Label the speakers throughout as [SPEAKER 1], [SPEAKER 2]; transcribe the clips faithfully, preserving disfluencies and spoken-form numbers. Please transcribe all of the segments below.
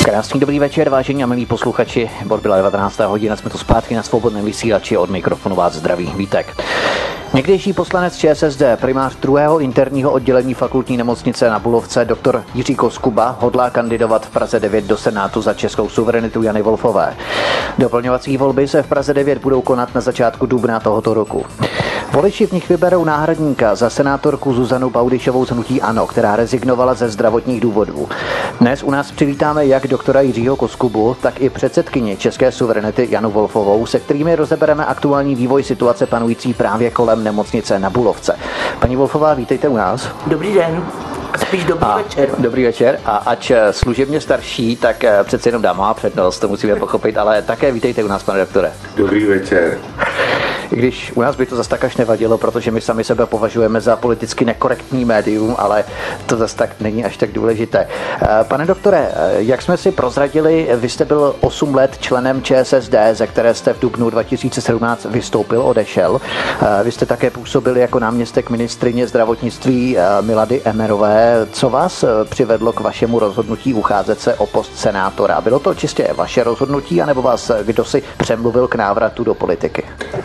[SPEAKER 1] Krásný dobrý večer, vážení a milí posluchači. Bod byla devatenáctá hodina, jsme tu zpátky na svobodném vysílači, od mikrofonu vás zdraví Vítek. Někdejší poslanec ČSSD, primář druhého interního oddělení fakultní nemocnice na Bulovce, doktor Jiří Koskuba, hodlá kandidovat v Praze devět do Senátu za českou suverenitu Jany Volfové. Doplňovací volby se v Praze devět budou konat na začátku dubna tohoto roku. Voliči v nich vyberou náhradníka za senátorku Zuzanu Baudyšovou z hnutí ANO, která rezignovala ze zdravotních důvodů. Dnes u nás přivítáme jak doktora Jiřího Koskubu, tak i předsedkyni české suverenity Janu Volfovou, se kterými rozebereme aktuální vývoj situace panující právě kolem nemocnice na Bulovce. Paní Volfová, vítejte u nás.
[SPEAKER 2] Dobrý den. Spíš dobrý a, večer.
[SPEAKER 1] Dobrý večer. A ač služebně starší, tak přece jenom dám má přednost, to musíme pochopit, ale také vítejte u nás, pane doktore.
[SPEAKER 3] Dobrý večer.
[SPEAKER 1] I když u nás by to zas tak až nevadilo, protože my sami sebe považujeme za politicky nekorektní médium, ale to zas tak není až tak důležité. Pane doktore, jak jsme si prozradili, vy jste byl osm let členem ČSSD, ze které jste v dubnu dva tisíce sedmnáct vystoupil, odešel. Vy jste také působil jako náměstek ministryně zdravotnictví Milady Emmerové. Co vás přivedlo k vašemu rozhodnutí ucházet se o post senátora? Bylo to čistě vaše rozhodnutí, anebo vás kdo si přemluvil k návratu do politiky?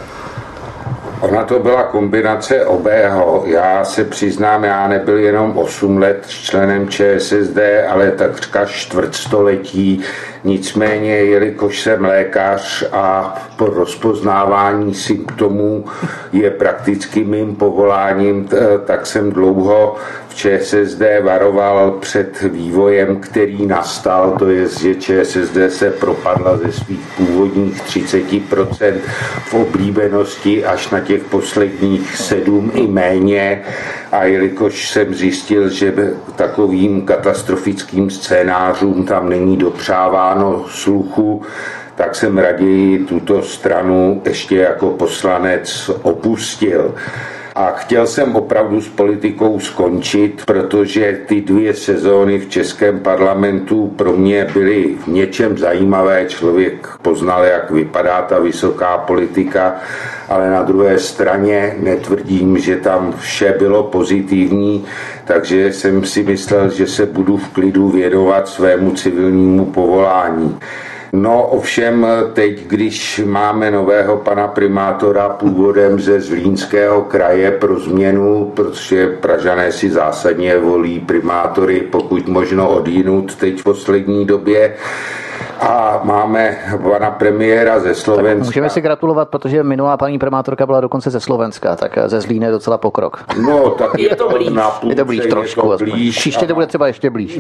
[SPEAKER 3] Ona to byla kombinace obého. Já se přiznám, já nebyl jenom osm let členem ČSSD, ale takřka čtvrtstoletí. Nicméně, jelikož jsem lékař a po rozpoznávání symptomů je prakticky mým povoláním, tak jsem dlouho v ČSSD varoval před vývojem, který nastal, to je, že ČSSD se propadla ze svých původních třicet procent v oblíbenosti až na těch posledních sedm i méně. A jelikož jsem zjistil, že takovým katastrofickým scénářům tam není dopřáváno sluchu, tak jsem raději tuto stranu ještě jako poslanec opustil. A chtěl jsem opravdu s politikou skončit, protože ty dvě sezóny v českém parlamentu pro mě byly v něčem zajímavé. Člověk poznal, jak vypadá ta vysoká politika, ale na druhé straně netvrdím, že tam vše bylo pozitivní, takže jsem si myslel, že se budu v klidu věnovat svému civilnímu povolání. No ovšem teď, když máme nového pana primátora původem ze Zlínského kraje pro změnu, protože Pražané si zásadně volí primátory pokud možno odjinud teď v poslední době, a máme pana premiéra ze Slovenska.
[SPEAKER 1] Tak můžeme si gratulovat, protože minulá paní primátorka byla dokonce ze Slovenska, tak ze Zlína je docela pokrok.
[SPEAKER 3] No, tak
[SPEAKER 2] je to blíž.
[SPEAKER 1] Je to blíž trošku. Příště to bude třeba ještě blíž.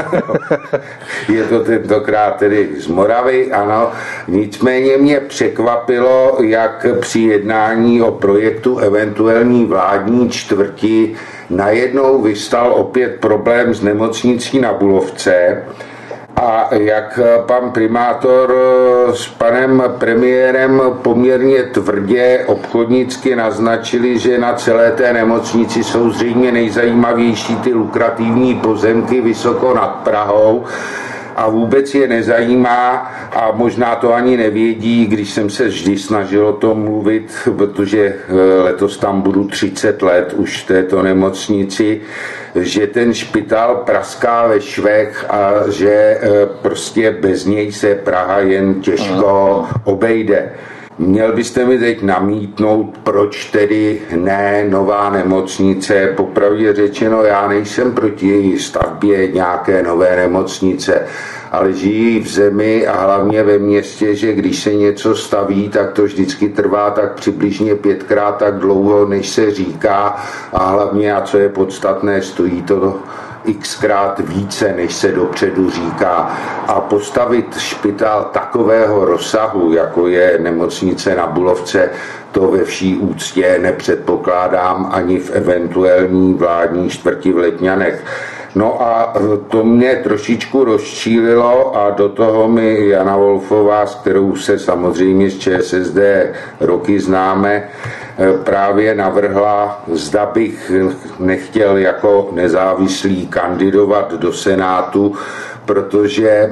[SPEAKER 3] Je to tentokrát tedy z Moravy, ano. Nicméně mě překvapilo, jak při jednání o projektu eventuální vládní čtvrti najednou vystal opět problém s nemocnicí na Bulovce. A jak pan primátor s panem premiérem poměrně tvrdě obchodnicky naznačili, že na celé té nemocnici jsou zřejmě nejzajímavější ty lukrativní pozemky vysoko nad Prahou, a vůbec je nezajímá a možná to ani nevědí, když jsem se vždy snažil o tom mluvit, protože letos tam budu třicet let už v této nemocnici, že ten špitál praská ve švech a že prostě bez něj se Praha jen těžko obejde. Měl byste mi teď namítnout, proč tedy ne nová nemocnice? Popravdě řečeno, já nejsem proti její stavbě nějaké nové nemocnice, ale žijí v zemi a hlavně ve městě, že když se něco staví, tak to vždycky trvá tak přibližně pětkrát tak dlouho, než se říká, a hlavně, a co je podstatné, stojí to xkrát více, než se dopředu říká. A postavit špitál takového rozsahu, jako je nemocnice na Bulovce, to ve vší úctě nepředpokládám ani v eventuální vládní čtvrti v Letňanech. No a to mě trošičku rozčílilo a do toho mi Jana Volfová, s kterou se samozřejmě z ČSSD roky známe, právě navrhla, zda bych nechtěl jako nezávislý kandidovat do Senátu, protože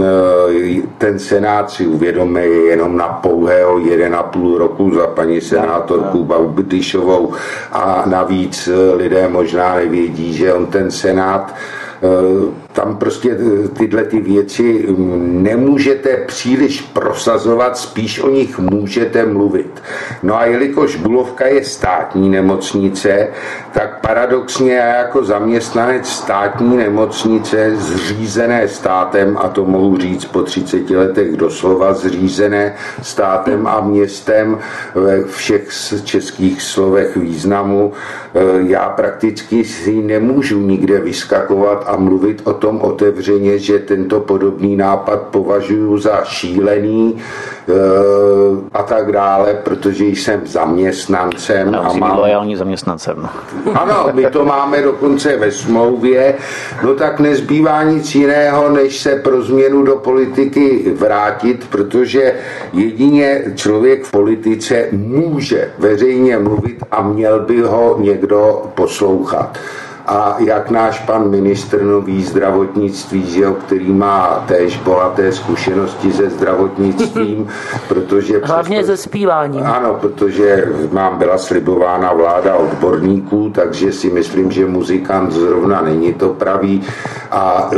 [SPEAKER 3] ten Senát, si uvědomme, je jenom na pouhého jeden a půl roku za paní senátorku Baudyšovou a navíc lidé možná nevědí, že on ten Senát tam prostě tyhle ty věci nemůžete příliš prosazovat, spíš o nich můžete mluvit. No a jelikož Bulovka je státní nemocnice, tak paradoxně já jako zaměstnanec státní nemocnice zřízené státem, a to mohu říct po třiceti letech doslova, zřízené státem a městem ve všech českých slovech významu, já prakticky si nemůžu nikde vyskakovat a mluvit o tom otevřeně, že tento podobný nápad považuji za šílený a tak dále, protože jsem zaměstnancem.
[SPEAKER 1] No,
[SPEAKER 3] a mám...
[SPEAKER 1] lojální zaměstnancem.
[SPEAKER 3] Ano, my to máme dokonce ve smlouvě, no tak nezbývá nic jiného, než se pro změnu do politiky vrátit, protože jedině člověk v politice může veřejně mluvit a měl by ho někdo poslouchat. A jak náš pan ministr nový zdravotnictví, že, který má též bohaté zkušenosti se zdravotnictvím, protože...
[SPEAKER 2] Hlavně
[SPEAKER 3] přesto,
[SPEAKER 2] se zpíváním.
[SPEAKER 3] Ano, protože mám byla slibována vláda odborníků, takže si myslím, že muzikant zrovna není to pravý a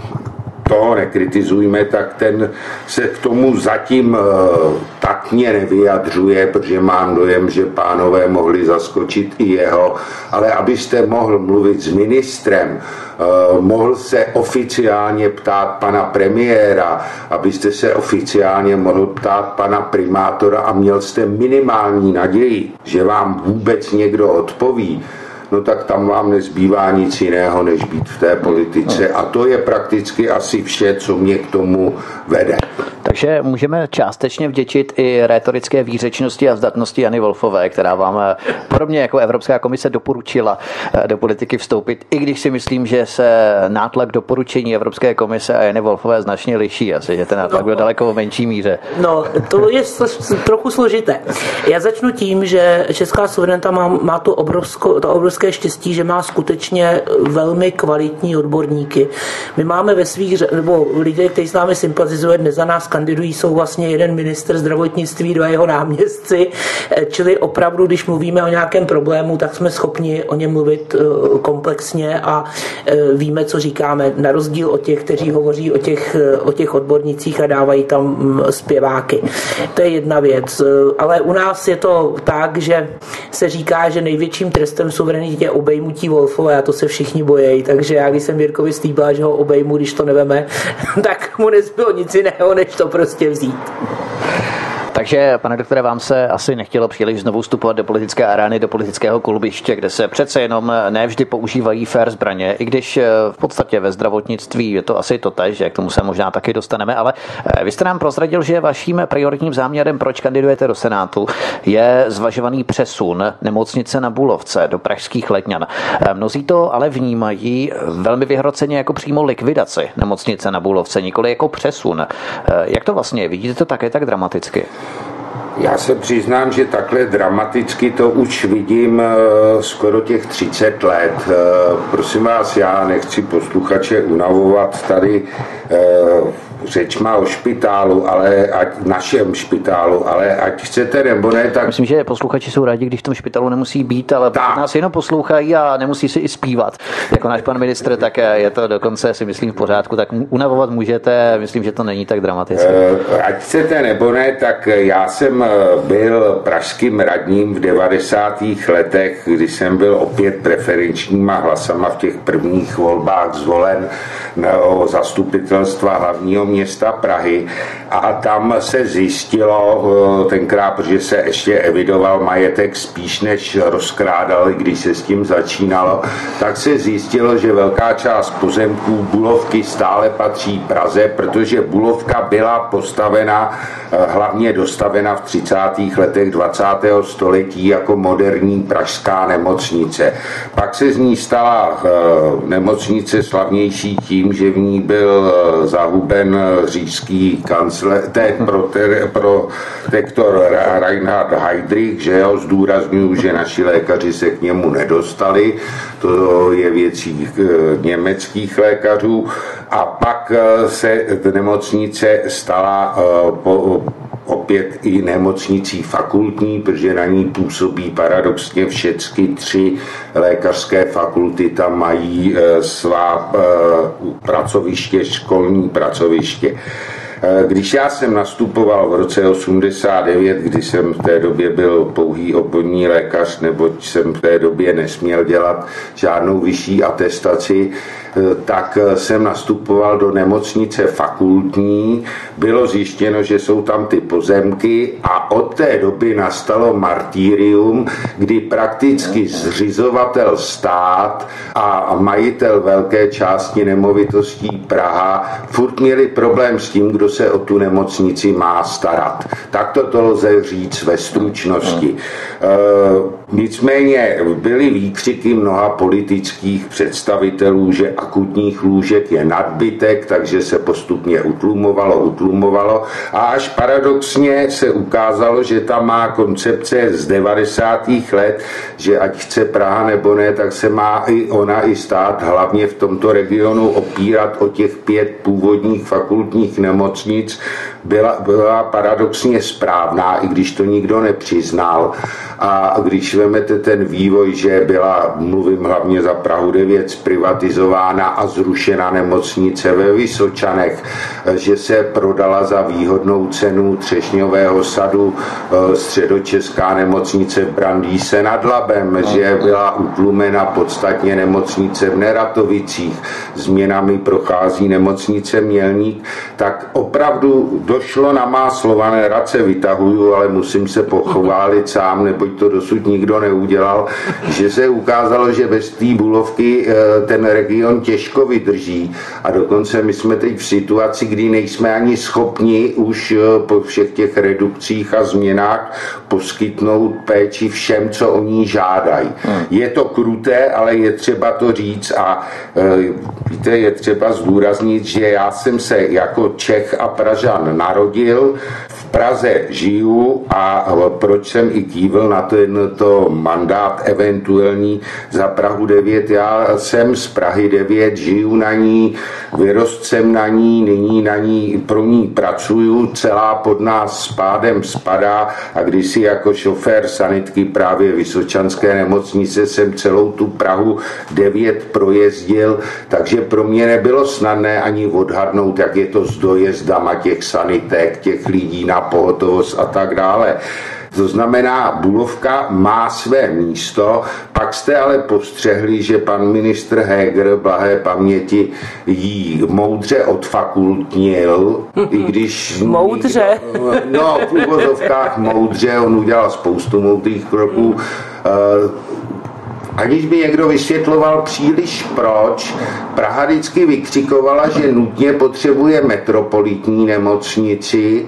[SPEAKER 3] to nekritizujme, tak ten se k tomu zatím taktně nevyjadřuje, protože mám dojem, že pánové mohli zaskočit i jeho, ale abyste mohl mluvit s ministrem, mohl se oficiálně ptát pana premiéra, abyste se oficiálně mohl ptát pana primátora a měl jste minimální naději, že vám vůbec někdo odpoví, no tak tam vám nezbývá nic jiného, než být v té politice. A to je prakticky asi vše, co mě k tomu vede.
[SPEAKER 1] Takže můžeme částečně vděčit i rétorické výřečnosti a zdatnosti Jany Wolfové, která vám podobně jako Evropská komise doporučila do politiky vstoupit, i když si myslím, že se nátlak doporučení Evropské komise a Jany Wolfové značně liší. Asi, že ten nátlak byl daleko v menší míře.
[SPEAKER 2] No, to je trochu složité. Já začnu tím, že česká suverenita má, má to, obrovsko, to obrovské štěstí, že má skutečně velmi kvalitní odborníky. My máme ve svých, nebo lidé, kteří s námi sympatizuje, dnes za nás kandidují, jsou vlastně jeden ministr zdravotnictví, dva jeho náměstci, čili opravdu, když mluvíme o nějakém problému, tak jsme schopni o něm mluvit komplexně a víme, co říkáme, na rozdíl od těch, kteří hovoří o těch, o těch odbornicích a dávají tam zpěváky. To je jedna věc. Ale u nás je to tak, že se říká, že největším trestem suverenitě je obejmutí Wolfové a to se všichni bojejí, takže já, když jsem Jirkovi slíbila, že ho obejmu, když to neveme, tak mu nezbylo nic jiného, než to prostě vzít.
[SPEAKER 1] Takže, pane doktore, vám se asi nechtělo příliš znovu vstupovat do politické arény, do politického klubiště, kde se přece jenom nevždy používají fair zbraně, i když v podstatě ve zdravotnictví je to asi totéž, že k tomu se možná taky dostaneme, ale vy jste nám prozradil, že vaším prioritním záměrem, proč kandidujete do Senátu, je zvažovaný přesun nemocnice na Bulovce do pražských Letňan. Mnozí to ale vnímají velmi vyhroceně jako přímo likvidaci nemocnice na Bulovce, nikoli jako přesun. Jak to vlastně je? Vidíte to také tak dramaticky?
[SPEAKER 3] Já se přiznám, že takhle dramaticky to už vidím skoro těch třicet let. Prosím vás, já nechci posluchače unavovat tady řečma o špitálu, ale ať našem špitálu, ale ať chcete nebo ne, tak...
[SPEAKER 1] Myslím, že posluchači jsou rádi, když v tom špitálu nemusí být, ale pokud nás jenom poslouchají a nemusí si i zpívat. Jako náš pan ministr, tak je to dokonce, si myslím, v pořádku, tak unavovat můžete, myslím, že to není tak dramatické.
[SPEAKER 3] Ať chcete nebo ne, tak já jsem byl pražským radním v devadesátých letech, kdy jsem byl opět preferenčníma hlasama v těch prvních volbách zvolen o zastupitelstva hlavního města Prahy a tam se zjistilo tenkrát, protože se ještě evidoval majetek spíš než rozkrádali, když se s tím začínalo, tak se zjistilo, že velká část pozemků Bulovky stále patří Praze, protože Bulovka byla postavena, hlavně dostavena v třicátých letech dvacátého století jako moderní pražská nemocnice. Pak se z ní stala nemocnice slavnější tím, že v ní byl zahuben říšský kancler, protektor Reinhard Heydrich, že jo, zdůrazňuji, že naši lékaři se k němu nedostali, to je věcí německých lékařů, a pak se nemocnice stala po opět i nemocnicí fakultní, protože na ní působí paradoxně všechny tři lékařské fakulty, tam mají svá pracoviště, školní pracoviště. Když já jsem nastupoval v roce osmdesát devět, kdy jsem v té době byl pouhý obvodní lékař, neboť jsem v té době nesměl dělat žádnou vyšší atestaci, tak jsem nastupoval do nemocnice fakultní. Bylo zjištěno, že jsou tam ty pozemky a od té doby nastalo martýrium, kdy prakticky zřizovatel stát a majitel velké části nemovitostí Praha furt měli problém s tím, kdo se o tu nemocnici má starat. Tak to lze říct ve stručnosti. E, nicméně byly výkřiky mnoha politických představitelů, že akutních lůžek je nadbytek, takže se postupně utlumovalo, utlumovalo a až paradoxně se ukázalo, že tam má koncepce z devadesátých let, že ať chce Praha nebo ne, tak se má i ona i stát hlavně v tomto regionu opírat o těch pět původních fakultních nemocnic, byla, byla paradoxně správná, i když to nikdo nepřiznal. A když vemete ten vývoj, že byla, mluvím hlavně za Prahu devět, zprivatizována a zrušena nemocnice ve Vysočanech, že se prodala za výhodnou cenu Třešňového sadu středočeská nemocnice v Brandýse nad Labem, že byla utlumena podstatně nemocnice v Neratovicích, změnami prochází nemocnice Mělník, tak opravdu došlo na má slova, nerad se vytahuju, ale musím se pochválit sám, neboť to dosud nikdo neudělal, že se ukázalo, že bez té Bulovky ten region těžko vydrží a dokonce my jsme teď v situaci, kdy nejsme ani schopni už po všech těch redukcích a změnách poskytnout péči všem, co oni žádají. Je to kruté, ale je třeba to říct a víte, je třeba zdůraznit, že já jsem se jako Čech a Pražan narodil, v Praze žiju a proč jsem i kývl na tento mandát eventuální za Prahu devět. Já jsem z Prahy devět, žiju na ní, vyrost jsem na ní, nyní na ní, pro ní pracuju, celá pod nás spádem spadá a když si jako šofér sanitky právě Vysočanské nemocnice jsem celou tu Prahu devět projezdil, takže pro mě nebylo snadné ani odhadnout, jak je to s dojezdama těch sanitek, těch lidí na pohotovost a tak dále. To znamená, Bulovka má své místo, pak jste ale postřehli, že pan ministr Heger, blahé paměti, jí moudře odfakultnil, i když...
[SPEAKER 2] Moudře?
[SPEAKER 3] No, v uvozovkách moudře, on udělal spoustu moudrých kroků. Aniž by někdo vysvětloval příliš proč, Praha vždycky vykřikovala, že nutně potřebuje metropolitní nemocnici.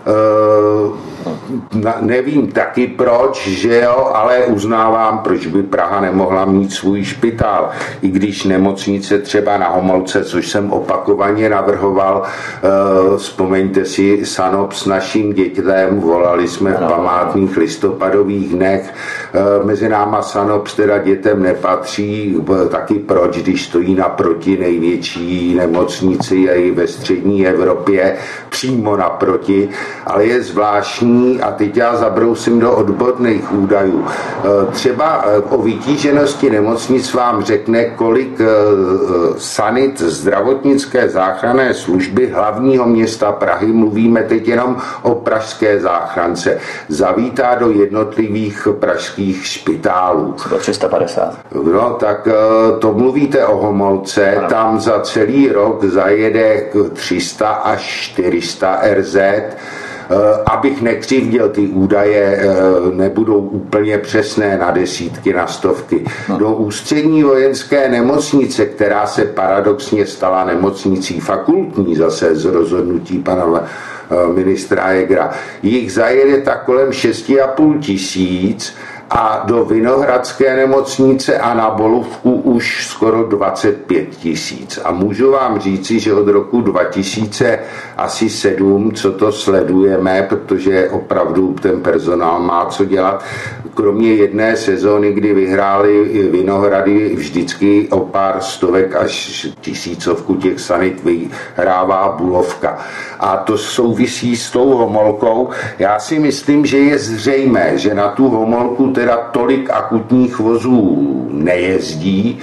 [SPEAKER 3] Na, nevím taky proč, že jo, ale uznávám, proč by Praha nemohla mít svůj špitál. I když nemocnice třeba na Homolce, což jsem opakovaně navrhoval, uh, vzpomeňte si Sanop s naším dětem, volali jsme v památných listopadových dnech, uh, mezi náma Sanop teda dětem nepatří, taky proč, když stojí naproti největší nemocnici i ve střední Evropě, přímo naproti, ale je zvláštní a teď já zabrousím do odborných údajů. Třeba o vytíženosti nemocnic vám řekne, kolik sanit zdravotnické záchranné služby hlavního města Prahy, mluvíme teď jenom o pražské záchrance, zavítá do jednotlivých pražských špitálů.
[SPEAKER 1] tři sta padesát.
[SPEAKER 3] No, tak to mluvíte o Homolce, ano. Tam za celý rok zajede tři sta až čtyři sta R Z. Abych nekřivděl, ty údaje nebudou úplně přesné na desítky, na stovky. Do ústřední vojenské nemocnice, která se paradoxně stala nemocnicí fakultní zase z rozhodnutí pana ministra Hegera, jich zajede tak kolem šest a půl tisíc a do Vinohradské nemocnice a na Bolovku už skoro dvacet pět tisíc. A můžu vám říci, že od roku dva tisíce sedm, co to sledujeme, protože opravdu ten personál má co dělat, kromě jedné sezóny, kdy vyhráli Vinohrady vždycky o pár stovek až tisícovku těch sanit vyhrává Bulovka. A to souvisí s tou Homolkou. Já si myslím, že je zřejmé, že na tu Homolku teda tolik akutních vozů nejezdí.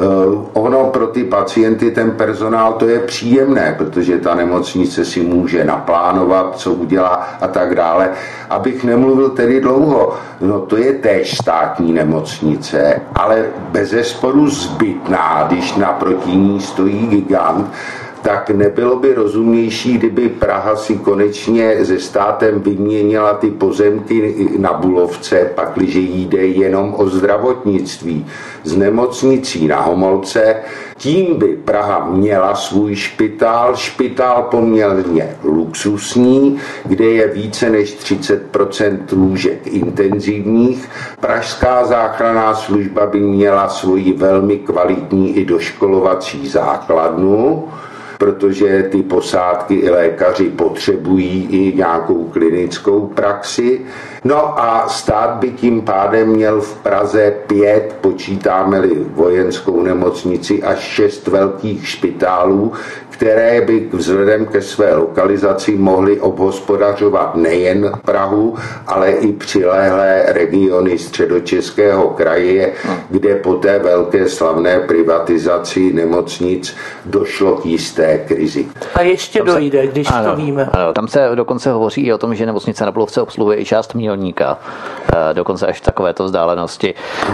[SPEAKER 3] Ono pro ty pacienty, ten personál, to je příjemné, protože ta nemocnice si může naplánovat, co udělá a tak dále. Abych nemluvil tedy dlouho, no to je též státní nemocnice, ale bezesporu zbytná, když naproti ní stojí gigant, tak nebylo by rozumnější, kdyby Praha si konečně se státem vyměnila ty pozemky na Bulovce, pakliže jí jde jenom o zdravotnictví. Z nemocnicí na Homolce, tím by Praha měla svůj špitál, špitál poměrně luxusní, kde je více než třicet procent lůžek intenzivních. Pražská záchranná služba by měla svoji velmi kvalitní i doškolovací základnu, protože ty posádky i lékaři potřebují i nějakou klinickou praxi. No a stát by tím pádem měl v Praze pět, počítáme-li vojenskou nemocnici, až šest velkých špitálů, které by vzhledem ke své lokalizaci mohly obhospodařovat nejen Prahu, ale i přilehlé regiony Středočeského kraje, kde po té velké slavné privatizaci nemocnic došlo k jisté krizi.
[SPEAKER 2] A ještě tam dojde, se, když ano, to víme.
[SPEAKER 1] Ano, tam se dokonce hovoří i o tom, že nemocnice na Bulovce obsluhuje i část Mělníka, dokonce až v takovéto vzdálenosti.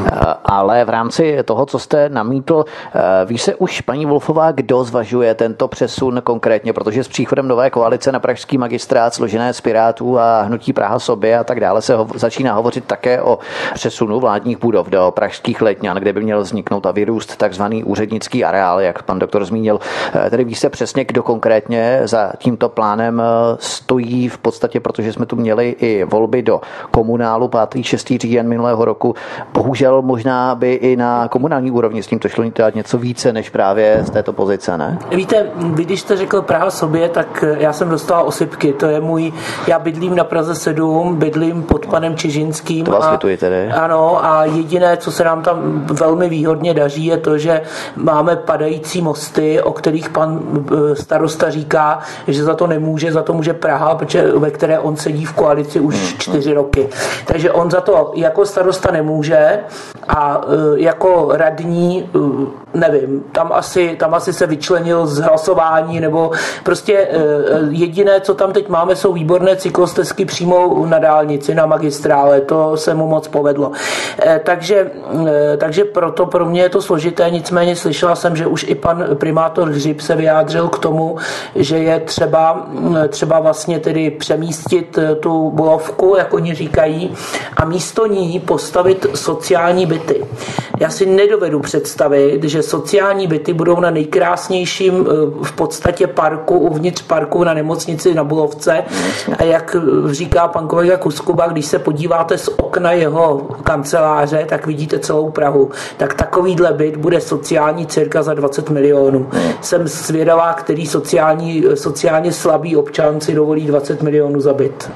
[SPEAKER 1] Ale v rámci toho, co jste namítl, ví se už, paní Wolfová, kdo zvažuje tento přesun konkrétně, protože s příchodem nové koalice na pražský magistrát složené z Pirátů a hnutí Praha sobě a tak dále se ho, začíná hovořit také o přesunu vládních budov do pražských Letňan, kde by měl vzniknout a vyrůst takzvaný úřednický areál, jak pan doktor zmínil. Tedy ví se přesně, kdo konkrétně za tímto plánem stojí v podstatě, protože jsme tu měli i volby do komunálu pátý šestý říjen minulého roku. Bohužel možná by i na komunální úrovni s tímto šlo dělat něco více než právě z této pozice, ne?
[SPEAKER 2] Víte, vy když jste řekl Praha sobě, tak já jsem dostal osypky. To je můj, já bydlím na Praze sedm, bydlím pod panem Čižinským.
[SPEAKER 1] To vás lituji tedy.
[SPEAKER 2] Ano, a jediné, co se nám tam velmi výhodně daří, je to, že máme padající mosty, o kterých pan starosta říká, že za to nemůže, za to může Praha, protože, ve které on sedí v koalici už hmm. čtyři roky. Takže on za to jako starosta nemůže a jako radní, nevím, tam asi, tam asi se vyčlenil z hlasování, nebo prostě jediné, co tam teď máme, jsou výborné cyklostezky přímo na dálnici, na magistrále, to se mu moc povedlo. Takže, takže proto pro mě je to složité, nicméně slyšela jsem, že už i pan primátor Hřib se vyjádřil k tomu, že je třeba, třeba vlastně tedy přemístit tu Bulovku, jak oni říkají, a místo ní postavit sociální byty. Já si nedovedu představit, že sociální byty budou na nejkrásnějším v podstatě parku, uvnitř parku na nemocnici na Bulovce. A jak říká pan kolega Kuskuba, když se podíváte z okna jeho kanceláře, tak vidíte celou Prahu. Tak takovýhle byt bude sociální cirka za dvacet milionů. Jsem zvědavá, který sociální, sociálně slabý občan si dovolí dvacet milionů za byt.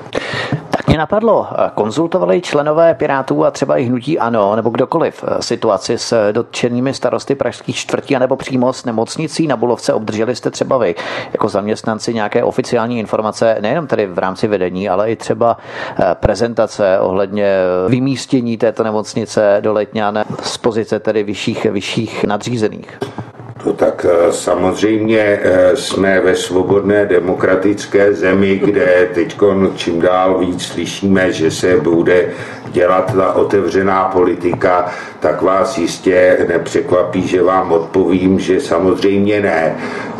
[SPEAKER 1] Mě napadlo, konzultovali členové Pirátů a třeba i hnutí ANO, nebo kdokoliv, situaci s dotčenými starosty pražských čtvrtí, anebo přímo s nemocnicí na Bulovce? Obdrželi jste třeba vy jako zaměstnanci nějaké oficiální informace, nejenom tedy v rámci vedení, ale i třeba prezentace ohledně vymístění této nemocnice do Letňan z pozice tedy vyšších, vyšších nadřízených?
[SPEAKER 3] No tak samozřejmě jsme ve svobodné demokratické zemi, kde teď čím dál víc slyšíme, že se bude dělat ta otevřená politika, tak vás jistě nepřekvapí, že vám odpovím, že samozřejmě ne,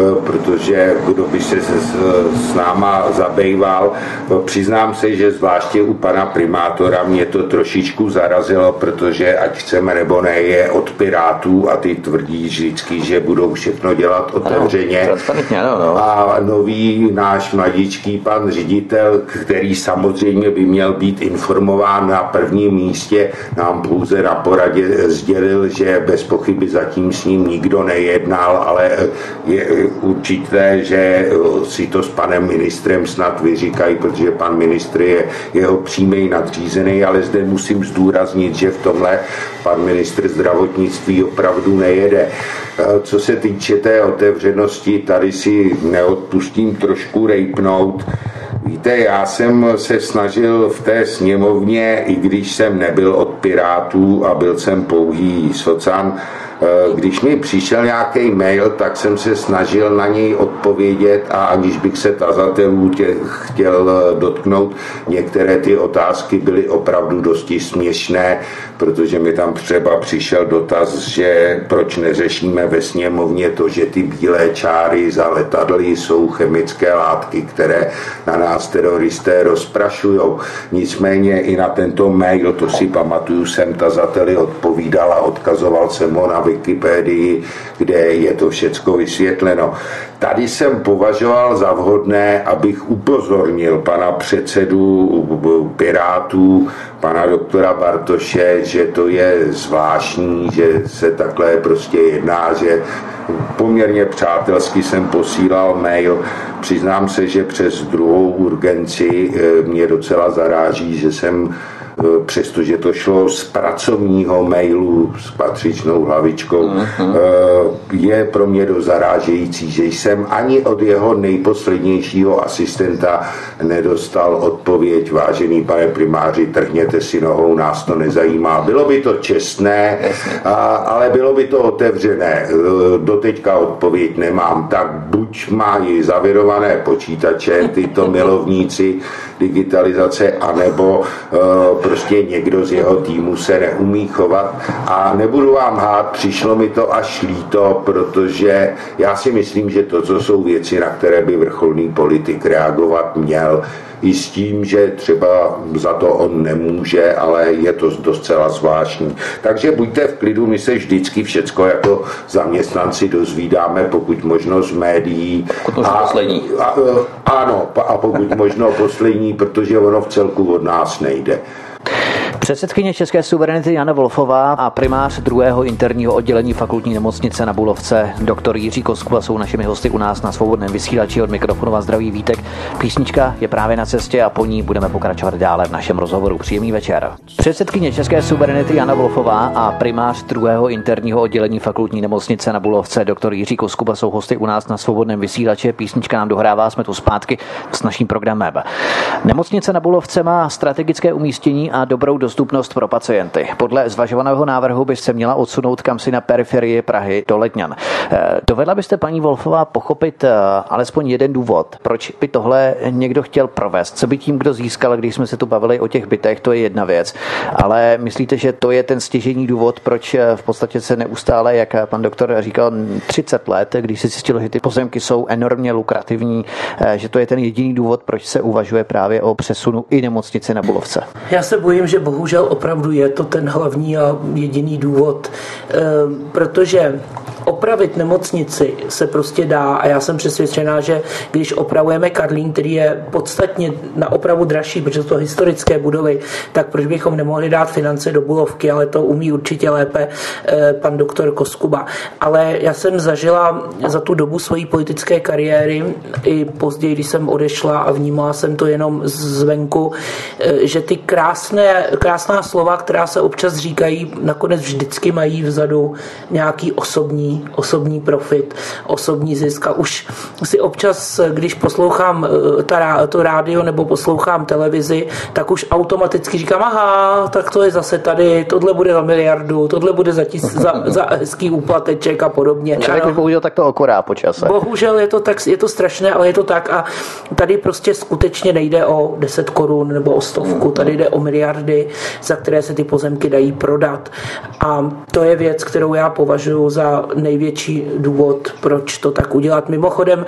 [SPEAKER 3] protože kdo by se s, s náma zabýval, přiznám se, že zvláště u pana primátora mě to trošičku zarazilo, protože ať chceme nebo ne, je od Pirátů a ty tvrdí vždycky, že budou všechno dělat otevřeně.
[SPEAKER 1] Transparentně, no, no.
[SPEAKER 3] A nový náš mladíčký pan ředitel, který samozřejmě by měl být informován na prvním místě, nám pouze na poradě sdělil, že bez pochyby zatím s ním nikdo nejednal, ale je určité, že si to s panem ministrem snad vyříkají, protože pan ministr je jeho přímý nadřízený, ale zde musím zdůraznit, že v tomhle pan ministr zdravotnictví opravdu nejede. Co se týče té otevřenosti, tady si neodpustím trošku rejpnout. Víte, já jsem se snažil v té sněmovně, i když jsem nebyl od Pirátů a byl jsem pouhý socan, když mi přišel nějaký mail, tak jsem se snažil na něj odpovědět a aniž bych se tazatelů těch chtěl dotknout, některé ty otázky byly opravdu dosti směšné, protože mi tam třeba přišel dotaz, že proč neřešíme ve sněmovně to, že ty bílé čáry za letadly jsou chemické látky, které na nás teroristé rozprašujou. Nicméně i na tento mail, to si pamatuju, jsem tazateli odpovídal a odkazoval jsem ho na Wikipedii, kde je to všecko vysvětleno. Tady jsem považoval za vhodné, abych upozornil pana předsedu Pirátů, pana doktora Bartoše, že to je zvláštní, že se takhle prostě jedná, že poměrně přátelsky jsem posílal mail. Přiznám se, že přes druhou urgenci mě docela zaráží, že jsem přestože to šlo z pracovního mailu s patřičnou hlavičkou, uh-huh. je pro mě dost zarážející, že jsem ani od jeho nejposlednějšího asistenta nedostal odpověď: vážený pane primáři, trhněte si nohou, nás to nezajímá. Bylo by to čestné, a, ale bylo by to otevřené. Doteďka odpověď nemám. Tak buď mají zavirované počítače tyto milovníci digitalizace, anebo uh, prostě někdo z jeho týmu se neumí chovat. A nebudu vám hát, přišlo mi to až líto, protože já si myslím, že to, co jsou věci, na které by vrcholný politik reagovat měl, i s tím, že třeba za to on nemůže, ale je to docela zvláštní. Takže buďte v klidu, my se vždycky všecko jako zaměstnanci dozvídáme, pokud možno z médií.
[SPEAKER 1] Pokud možno poslední.
[SPEAKER 3] A, a, ano, a pokud možno poslední, protože ono v celku od nás nejde.
[SPEAKER 1] Předsedkyně České suverenity Jana Wolfová a primář druhého interního oddělení fakultní nemocnice na Bulovce doktor Jiří Koskuba jsou našimi hosty u nás na Svobodném vysílači. Od mikrofonu vás zdraví Vítek. Písnička je právě na cestě a po ní budeme pokračovat dále v našem rozhovoru. Příjemný večer. Předsedkyně České suverenity Jana Wolfová a primář druhého interního oddělení fakultní nemocnice na Bulovce doktor Jiří Koskuba jsou hosty u nás na Svobodném vysílači. Písnička nám dohrává, jsme tu zpátky s naším programem. Nemocnice na Bulovce má strategické umístění a dobrou dostupnost pro pacienty. Podle zvažovaného návrhu by se měla odsunout kamsi na periferii Prahy do Letňan. Dovedla byste, paní Wolfová, pochopit alespoň jeden důvod, proč by tohle někdo chtěl provést? Co by tím kdo získal, když jsme se tu bavili o těch bytech, to je jedna věc. Ale myslíte, že to je ten stěžejní důvod, proč v podstatě se neustále, jak pan doktor říkal, třicet let, když se zjistilo, že ty pozemky jsou enormně lukrativní, že to je ten jediný důvod, proč se uvažuje právě o přesunu i nemocnice na Bulovce?
[SPEAKER 2] Já se bojím, že bohužel opravdu je to ten hlavní a jediný důvod, protože opravit nemocnici se prostě dá a já jsem přesvědčená, že když opravujeme Karlín, který je podstatně na opravu dražší, protože to jsou historické budovy, tak proč bychom nemohli dát finance do Bulovky, ale to umí určitě lépe pan doktor Koskuba. Ale já jsem zažila za tu dobu svojí politické kariéry i později, když jsem odešla a vnímala jsem to jenom zvenku, že ty krásné, krásná slova, která se občas říkají, nakonec vždycky mají vzadu nějaký osobní osobní profit, osobní zisk. A už si občas, když poslouchám ta, to rádio nebo poslouchám televizi, tak už automaticky říkám, aha, tak to je zase tady, tohle bude za miliardu, tohle bude za, tis, za, za hezký úplateček a podobně.
[SPEAKER 1] Člověk by bohužel tak to okorá po čase.
[SPEAKER 2] Bohužel je to, tak, je to strašné, ale je to tak a tady prostě skutečně nejde o deset korun nebo o stovku, tady jde o miliardy, za které se ty pozemky dají prodat. A to je věc, kterou já považuji za největší důvod, proč to tak udělat. Mimochodem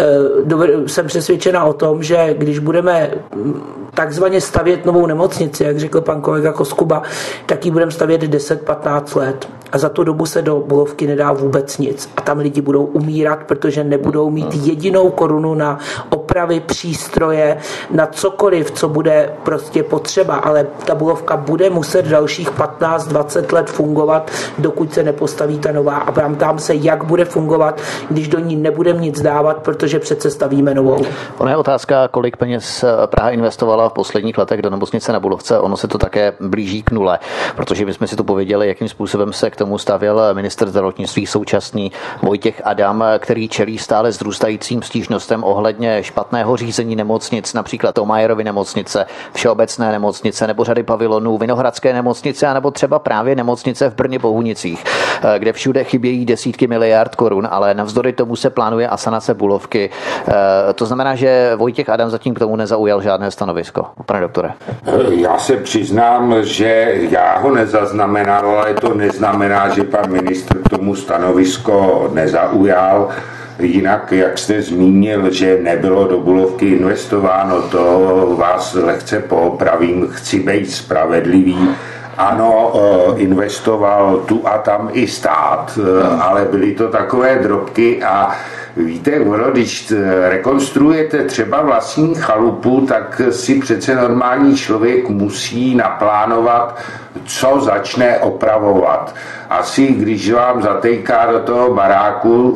[SPEAKER 2] jsem přesvědčena o tom, že když budeme takzvaně stavět novou nemocnici, jak řekl pan kolega Koskuba, tak ji budeme stavět deset patnáct let. a za tu dobu se do Bulovky nedá vůbec nic. A tam lidi budou umírat, protože nebudou mít jedinou korunu na opravy, přístroje, na cokoliv, co bude prostě potřeba, ale ta Bulovka bude muset dalších patnáct dvacet let fungovat, dokud se nepostaví ta nová. A ptám se, jak bude fungovat, když do ní nebudeme nic dávat, protože přece stavíme novou.
[SPEAKER 1] Ona je otázka, kolik peněz Praha investovala v posledních letech do nemocnice na Bulovce. Ono se to také blíží k nule, protože my jsme si to pověděli, jakým způsobem se k tomu stavěl ministr zdravotnictví současný Vojtěch Adam, který čelí stále vzrůstajícím stížnostem ohledně špatného řízení nemocnic, například Thomayerovy nemocnice, Všeobecné nemocnice nebo řady pavilonů, Vinohradské nemocnice a nebo třeba právě nemocnice v Brně Bohunicích, kde všude chybějí desítky miliard korun, ale navzdory tomu se plánuje asanace Bulovky. To znamená, že Vojtěch Adam zatím k tomu nezaujal žádné stanovisko. Pane doktore.
[SPEAKER 3] Já se přiznám, že já ho nezaznamenal, ale to neznamená, že pan ministr k tomu stanovisko nezaujal. Jinak, jak jste zmínil, že nebylo do Bulovky investováno, to vás lehce poopravím, chci být spravedlivý. Ano, investoval tu a tam i stát, ale byly to takové drobky a víte, když rekonstruujete třeba vlastní chalupu, tak si přece normální člověk musí naplánovat, co začne opravovat. Asi když vám zatejká do toho baráku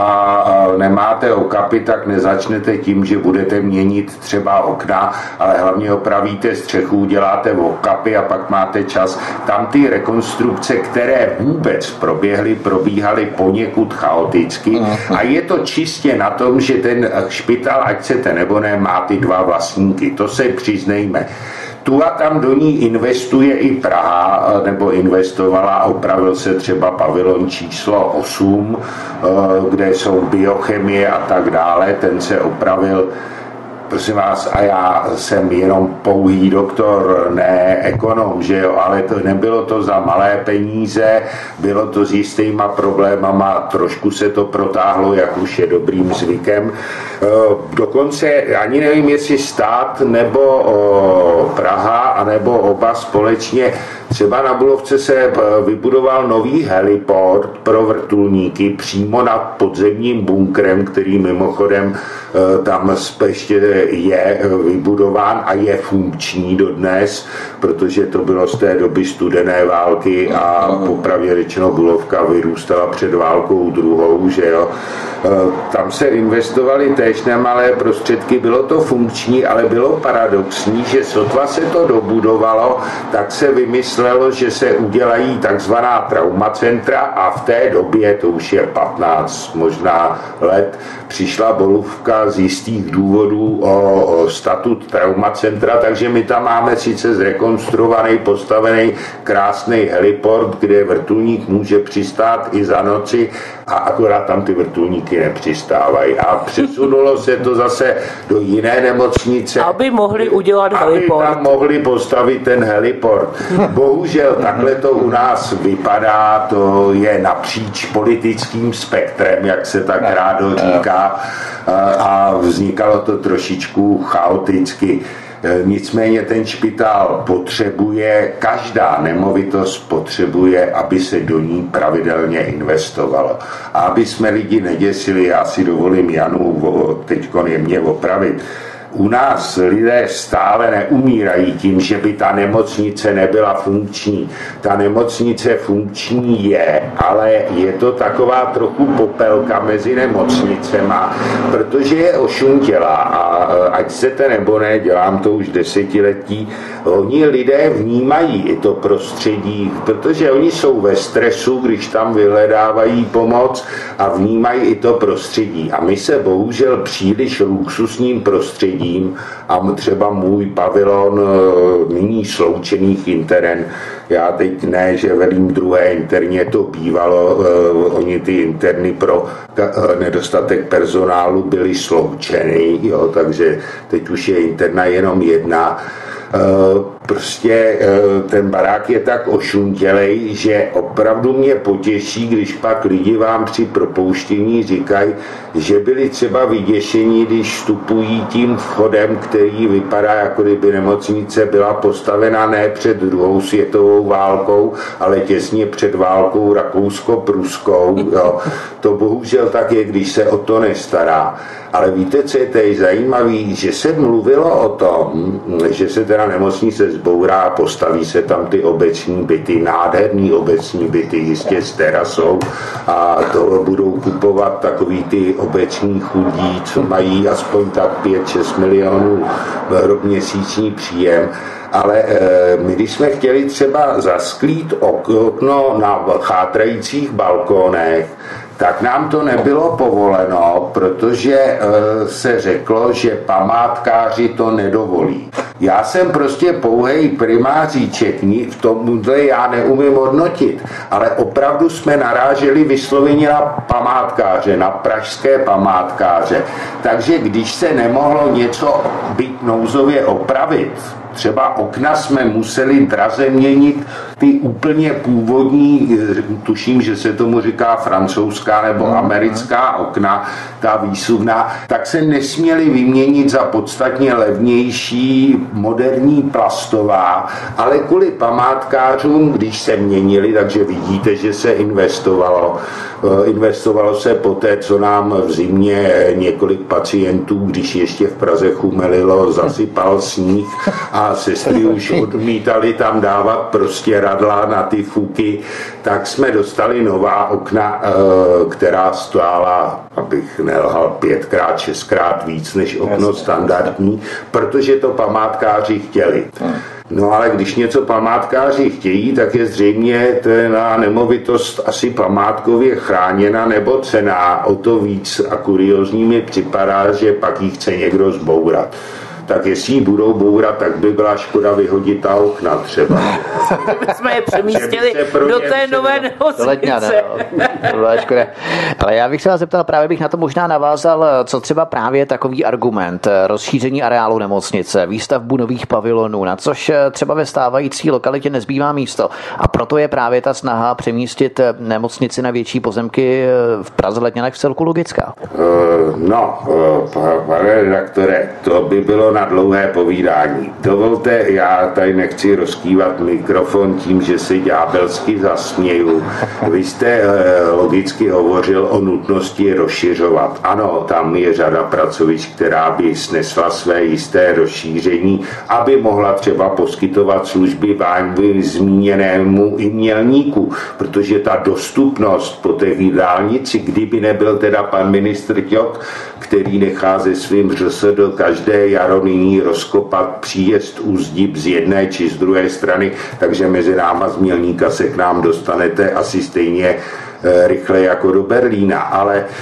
[SPEAKER 3] a nemáte okapy, tak nezačnete tím, že budete měnit třeba okna, ale hlavně opravíte střechu, uděláte okapy a pak máte čas. Tam ty rekonstrukce, které vůbec proběhly, probíhaly poněkud chaoticky a je to čistě na tom, že ten špital, ať chcete nebo ne, má ty dva vlastníky. To se přiznejme. Tu a tam do ní investuje i Praha, nebo investovala, opravil se třeba pavilon číslo osm, kde jsou biochemie a tak dále, ten se opravil. Prosím vás, a já jsem jenom pouhý doktor, ne ekonom, že jo, ale to nebylo to za malé peníze, bylo to s jistýma problémama, trošku se to protáhlo, jak už je dobrým zvykem. Dokonce ani nevím, jestli stát nebo Praha, anebo oba společně. Třeba na Bulovce se vybudoval nový heliport pro vrtulníky přímo nad podzemním bunkrem, který mimochodem tam ještě je vybudován a je funkční dodnes, protože to bylo z té doby studené války a popravdě řečeno Bulovka vyrůstala před válkou druhou, že jo. Tam se investovaly též nemalé prostředky, bylo to funkční, ale bylo paradoxní, že sotva se to dobudovalo, tak se vymyslelo, že se udělají takzvaná traumacentra a v té době, to už je patnáct možná let, přišla Bulovka z jistých důvodů o, o statut traumacentra, takže my tam máme sice zrekonstruovaný, postavený krásný heliport, kde vrtulník může přistát i za noci a akorát tam ty vrtulníky nepřistávají. A přesunulo se to zase do jiné nemocnice.
[SPEAKER 2] Aby mohli udělat
[SPEAKER 3] aby
[SPEAKER 2] heliport.
[SPEAKER 3] Aby tam mohli postavit ten heliport. Bohužel takhle to u nás vypadá, to je napříč politickým spektrem, jak se tak rádo říká, a vznikalo to trošičku chaoticky. Nicméně ten špitál potřebuje, každá nemovitost potřebuje, aby se do ní pravidelně investovalo. A aby jsme lidi neděsili, já si dovolím Janu teďkon jemně opravit, u nás lidé stále neumírají tím, že by ta nemocnice nebyla funkční. Ta nemocnice funkční je, ale je to taková trochu popelka mezi nemocnicema, protože je ošuntělá a ať chcete nebo ne, dělám to už desetiletí, oni lidé vnímají i to prostředí, protože oni jsou ve stresu, když tam vyhledávají pomoc a vnímají i to prostředí. A my se bohužel příliš luxusním prostředím a třeba můj pavilon nyní sloučených interen. Já teď ne, že velím druhé interně, to bývalo, oni ty interny pro nedostatek personálu byly sloučeny, jo, takže teď už je interna jenom jedna. Prostě ten barák je tak ošuntělej, že opravdu mě potěší, když pak lidi vám při propouštění říkají, že byli třeba vyděšení, když vstupují tím vchodem, který vypadá, jako kdyby nemocnice byla postavena ne před druhou světovou světovou válkou, ale těsně před válkou rakousko-pruskou. Jo. To bohužel tak je, když se o to nestará. Ale víte, co je tady zajímavý, že se mluvilo o tom, že se teda nemocnice zbourá, postaví se tam ty obecní byty, nádherný obecní byty, jistě s terasou, a to budou kupovat takový ty obeční chudí, co mají aspoň tak pět šest milionů měsíční příjem. Ale e, my, když jsme chtěli třeba zasklít okno na chátrajících balkónech, tak nám to nebylo povoleno, protože e, se řeklo, že památkáři to nedovolí. Já jsem prostě pouhej primáříček, v tomhle já neumím hodnotit, ale opravdu jsme naráželi vysloveně na památkáře, na pražské památkáře. Takže když se nemohlo něco být nouzově opravit, třeba okna jsme museli draze měnit, ty úplně původní, tuším, že se tomu říká francouzská nebo americká okna, ta výsuvná, tak se nesměly vyměnit za podstatně levnější moderní plastová, ale kvůli památkářům, když se měnili, takže vidíte, že se investovalo. Investovalo se poté, co nám v zimě několik pacientů, když ještě v Praze chumelilo, zasypal sníh a sestry už odmítali tam dávat prostě radla na ty fuky, tak jsme dostali nová okna, která stála, abych nelhal, pětkrát, šestkrát víc než okno standardní, protože to památkáři chtěli. No ale když něco památkáři chtějí, tak je zřejmě ta nemovitost asi památkově chráněna nebo cenná. O to víc a kuriózní mi připadá, že pak ji chce někdo zbourat. Tak jestli ji budou bourat, tak by byla škoda vyhodit ta okna třeba.
[SPEAKER 2] My jsme je přemístili do té nové nemocnice.
[SPEAKER 1] Ale já bych se vás zeptal, právě bych na to možná navázal, co třeba právě takový argument, rozšíření areálu nemocnice, výstavbu nových pavilonů, na což třeba ve stávající lokalitě nezbývá místo. A proto je právě ta snaha přemístit nemocnici na větší pozemky v Praze Letňanech v celku logická.
[SPEAKER 3] Uh, no, uh, pane redaktore, to by bylo na dlouhé povídání. Dovolte, já tady nechci rozkývat mikrofon tím, že si ďábelsky zasměju. Vy jste e, logicky hovořil o nutnosti rozšiřovat. Ano, tam je řada pracovišť, která by snesla své jisté rozšíření, aby mohla třeba poskytovat služby vámi zmíněnému i Mělníku, protože ta dostupnost po té dálnici, kdyby nebyl teda pan ministr Ťok, který nechá ze svým ŘSD do každé jaro nyní rozkopat příjezd úzdib z jedné či z druhé strany, takže mezi náma z Mělníka se k nám dostanete asi stejně rychle jako do Berlína, ale e,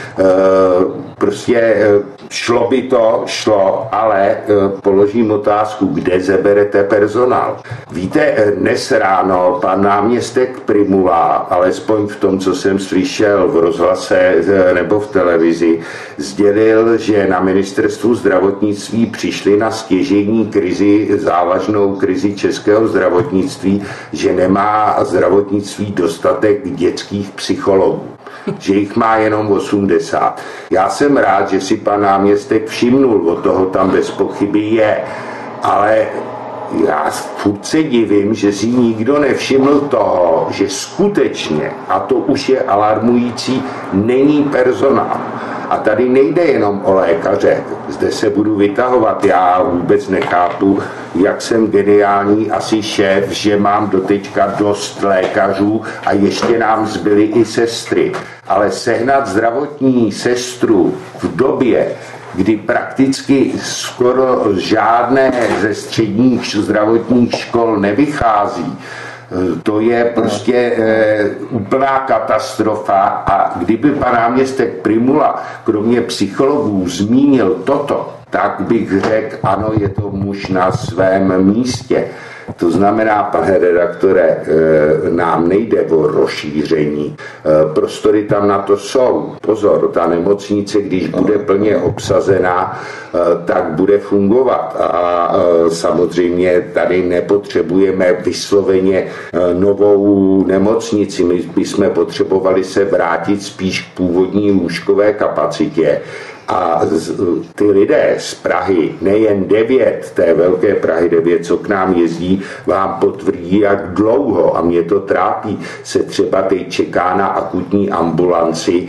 [SPEAKER 3] prostě šlo by to, šlo, ale e, položím otázku, kde zeberete personál. Víte, dnes ráno pan náměstek Prymula, alespoň v tom, co jsem slyšel v rozhlase e, nebo v televizi, sdělil, že na ministerstvu zdravotnictví přišli na stěžejní krizi, závažnou krizi českého zdravotnictví, že nemá zdravotnictví dostatek dětských psychologů. Že jich má jenom osmdesát. Já jsem rád, že si pan náměstek všimnul, o toho tam bez pochyby je, ale já furt se divím, že si nikdo nevšiml toho, že skutečně, a to už je alarmující, není personál. A tady nejde jenom o lékaře. Zde se budu vytahovat. Já vůbec nechápu, jak jsem geniální asi šéf, že mám doteďka dost lékařů a ještě nám zbyly i sestry. Ale sehnat zdravotní sestru v době, kdy prakticky skoro žádné ze středních zdravotních škol nevychází, to je prostě e, úplná katastrofa. A kdyby pan náměstek Prymula kromě psychologů zmínil toto, tak bych řekl, ano, je to muž na svém místě. To znamená, pane redaktore, nám nejde o rozšíření. Prostory tam na to jsou. Pozor, ta nemocnice, když bude plně obsazená, tak bude fungovat. A samozřejmě tady nepotřebujeme vysloveně novou nemocnici. My bychom potřebovali se vrátit spíš k původní lůžkové kapacitě. A ty lidé z Prahy, nejen devět, té velké Prahy devět, co k nám jezdí, vám potvrdí, jak dlouho, a mě to trápí, se třeba teď čeká na akutní ambulanci,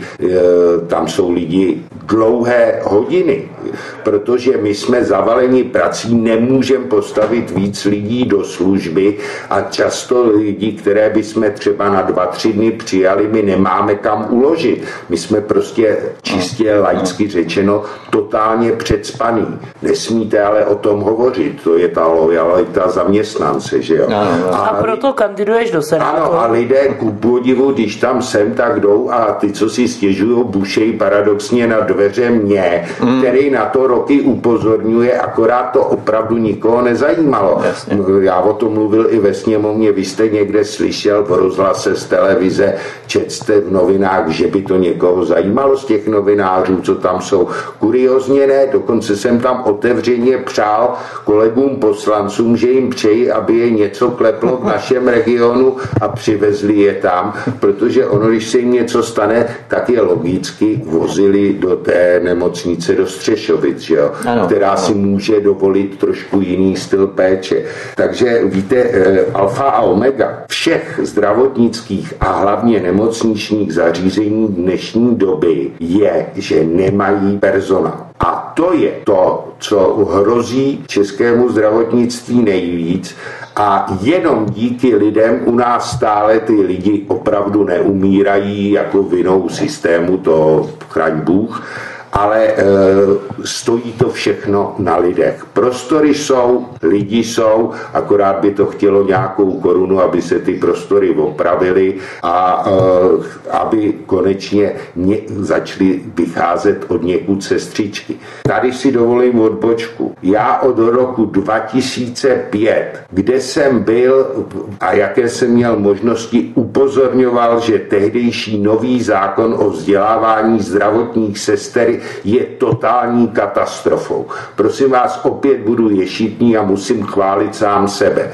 [SPEAKER 3] tam jsou lidi dlouhé hodiny, protože my jsme zavaleni prací, nemůžeme postavit víc lidí do služby a často lidi, které bychom třeba na dva, tři dny přijali, my nemáme kam uložit. My jsme prostě čistě laicky řečeno totálně předspaný. Nesmíte ale o tom hovořit, to je ta lojalita zaměstnance, že jo.
[SPEAKER 2] A, a proto kandiduješ do Senátu.
[SPEAKER 3] Ano, a lidé ku podivu, když tam sem tak jdou a ty, co si stěžují, bušejí paradoxně na dveře mě, mm. který na to roky upozorňuje, akorát to opravdu nikoho nezajímalo. Jasně. Já o tom mluvil i ve sněmovně, vy jste někde slyšel v rozhlase z televize, četste v novinách, že by to někoho zajímalo z těch novinářů, co tam jsou. Kuriozně ne, dokonce jsem tam otevřeně přál kolegům poslancům, že jim přeji, aby je něco kleplo v našem regionu a přivezli je tam, protože ono, když se jim něco stane, tak je logicky vozili do té nemocnice do Střešovic, že jo? Ano, která ano. si může dovolit trošku jiný styl péče. Takže víte, alfa a omega všech zdravotnických a hlavně nemocničních zařízení dnešní doby je, že nemají personál. A to je to, co hrozí českému zdravotnictví nejvíc, a jenom díky lidem u nás stále ty lidi opravdu neumírají jako vinou systému, to chraň Bůh, ale e, stojí to všechno na lidech. Prostory jsou, lidi jsou, akorát by to chtělo nějakou korunu, aby se ty prostory opravily a e, aby konečně ně, začaly vycházet od někud sestřičky. Tady si dovolím odbočku. Já od roku dva tisíce pět, kde jsem byl a jaké jsem měl možnosti, upozorňoval, že tehdejší nový zákon o vzdělávání zdravotních sester je totální katastrofou. Prosím vás, opět budu ješitný a musím chválit sám sebe.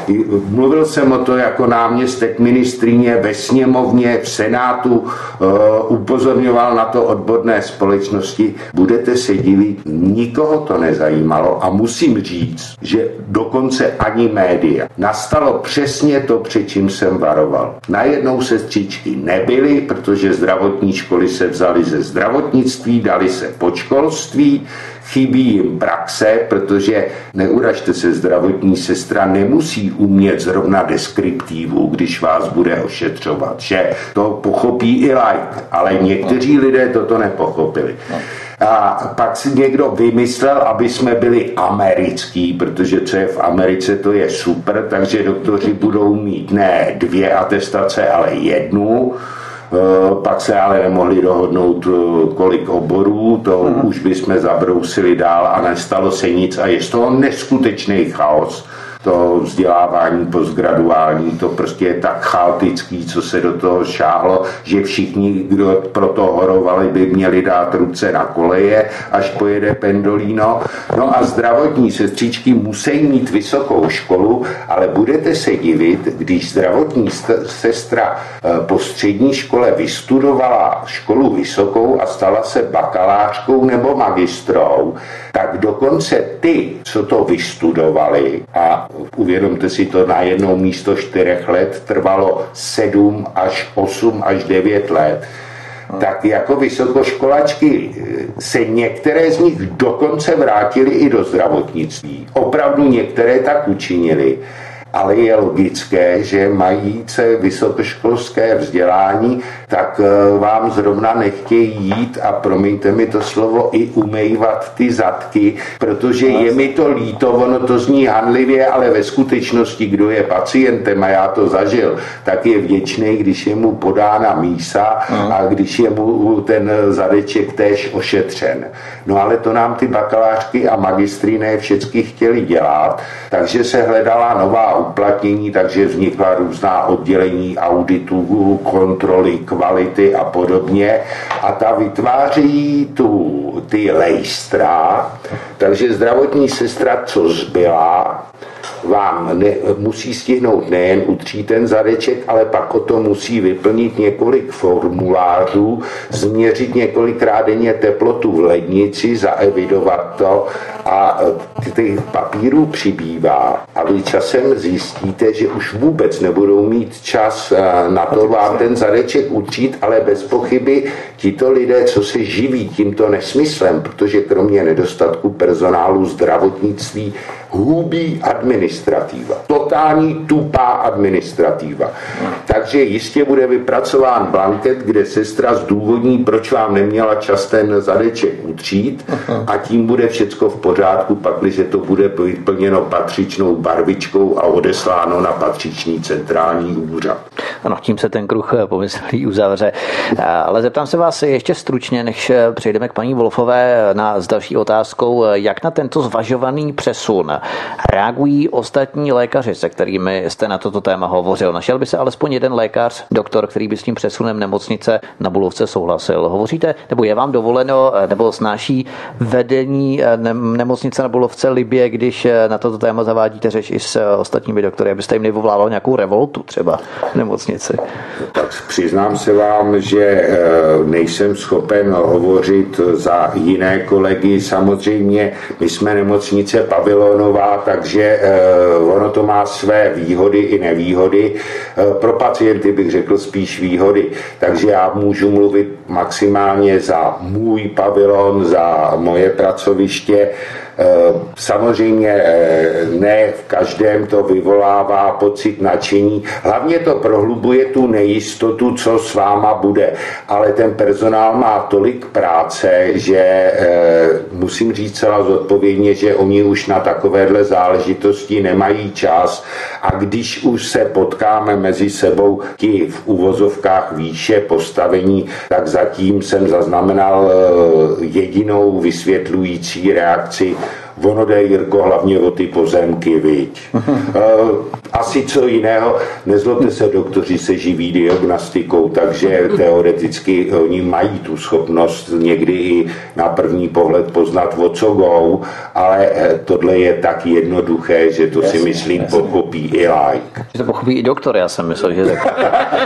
[SPEAKER 3] Mluvil jsem o to jako náměstek ministryně ve sněmovně, v Senátu, upozorňoval na to odborné společnosti. Budete se divit, nikoho to nezajímalo a musím říct, že dokonce ani média. Nastalo přesně to, před čím jsem varoval. Najednou sestřičky nebyly, protože zdravotní školy se vzaly ze zdravotnictví, dali se pod školství, chybí jim praxe, protože neuražte se, zdravotní sestra nemusí umět zrovna deskriptivu, když vás bude ošetřovat, že to pochopí i laik, ale někteří lidé toto nepochopili. A pak si někdo vymyslel, aby jsme byli americký, protože co je v Americe, to je super, takže doktoři budou mít ne dvě atestace, ale jednu. Pak se ale nemohli dohodnout, kolik oborů, to hmm. už bychom zabrousili dál a nestalo se nic a je z toho neskutečný chaos. To vzdělávání postgraduální, to prostě je tak chaotický, co se do toho šáhlo, že všichni, kdo pro to horovali, by měli dát ruce na koleje, až pojede Pendolino. No a zdravotní sestřičky musí mít vysokou školu, ale budete se divit, když zdravotní sestra po střední škole vystudovala školu vysokou a stala se bakalářkou nebo magistrou, tak dokonce ty, co to vystudovali, a uvědomte si to, na jedno místo čtyřech let trvalo sedm až osm až devět let, tak jako vysokoškolačky se některé z nich dokonce vrátily i do zdravotnictví. Opravdu některé tak učinili. Ale je logické, že mají se vysokoškolské vzdělání, tak vám zrovna nechtějí jít a promiňte mi to slovo, i umývat ty zadky, protože je mi to líto, ono to zní hanlivě, ale ve skutečnosti, kdo je pacientem, a já to zažil, tak je vděčný, když je mu podána mísa a když je mu ten zadeček též ošetřen. No ale to nám ty bakalářky a magistry ne všechny chtěli dělat, takže se hledala nová uplatnění, takže vznikla různá oddělení auditů, kontroly, kvality a podobně. A ta vytváří tu, ty lejstra, takže zdravotní sestra, co zbyla, vám ne, musí stihnout nejen utřít ten zadeček, ale pak o tom musí vyplnit několik formulářů, změřit několikrát denně teplotu v lednici, zaevidovat to a těch papírů přibývá. A vy časem zjistíte, že už vůbec nebudou mít čas na to vám ten zadeček utřít, ale bez pochyby tito lidé, co se živí tímto nesmyslem, protože kromě nedostatku personálu zdravotnictví hubí administrativa. Totální tupá administrativa. Takže jistě bude vypracován blanket, kde sestra zdůvodní, proč vám neměla čas ten zadeček utřít a tím bude všecko v pořádku, pakliže to bude vyplněno patřičnou barvičkou a odesláno na patřičný centrální úřad.
[SPEAKER 1] Ano, tím se ten kruh pomyslí uzavře. Ale zeptám se vás ještě stručně, než přejdeme k paní Wolfové na s další otázkou, jak na tento zvažovaný přesun reagují ostatní lékaři, se kterými jste na toto téma hovořil. Našel by se alespoň jeden lékař, doktor, který by s tím přesunem nemocnice na Bulovce souhlasil. Hovoříte, nebo je vám dovoleno, nebo snáší vedení nemocnice na Bulovce libě, když na toto téma zavádíte řeč i s ostatními doktory, abyste jim nevyvolával nějakou revoltu třeba v nemocnici?
[SPEAKER 3] Tak přiznám se vám, že nejsem schopen hovořit za jiné kolegy. Samozřejmě my jsme nemocnice pavilonová, takže ono to má své výhody i nevýhody. Pro pacienty bych řekl spíš výhody. Takže já můžu mluvit maximálně za můj pavilon, za moje pracoviště. Samozřejmě ne v každém to vyvolává pocit nadšení. Hlavně to prohlubuje tu nejistotu, co s váma bude. Ale ten personál má tolik práce, že musím říct celá zodpovědně, že oni už na takovéhle záležitosti nemají čas. A když už se potkáme mezi sebou ti v uvozovkách výše postavení, tak zatím jsem zaznamenal jedinou vysvětlující reakci: ono jde, Jirko, hlavně o ty pozemky, viď. Asi co jiného, nezlobte se, doktoři se živí diagnostikou, takže teoreticky oni mají tu schopnost někdy i na první pohled poznat, o co go, ale tohle je tak jednoduché, že to jasně, si myslím jasně. Pochopí i like.
[SPEAKER 1] Že to pochopí i doktor, já jsem myslel, že tak.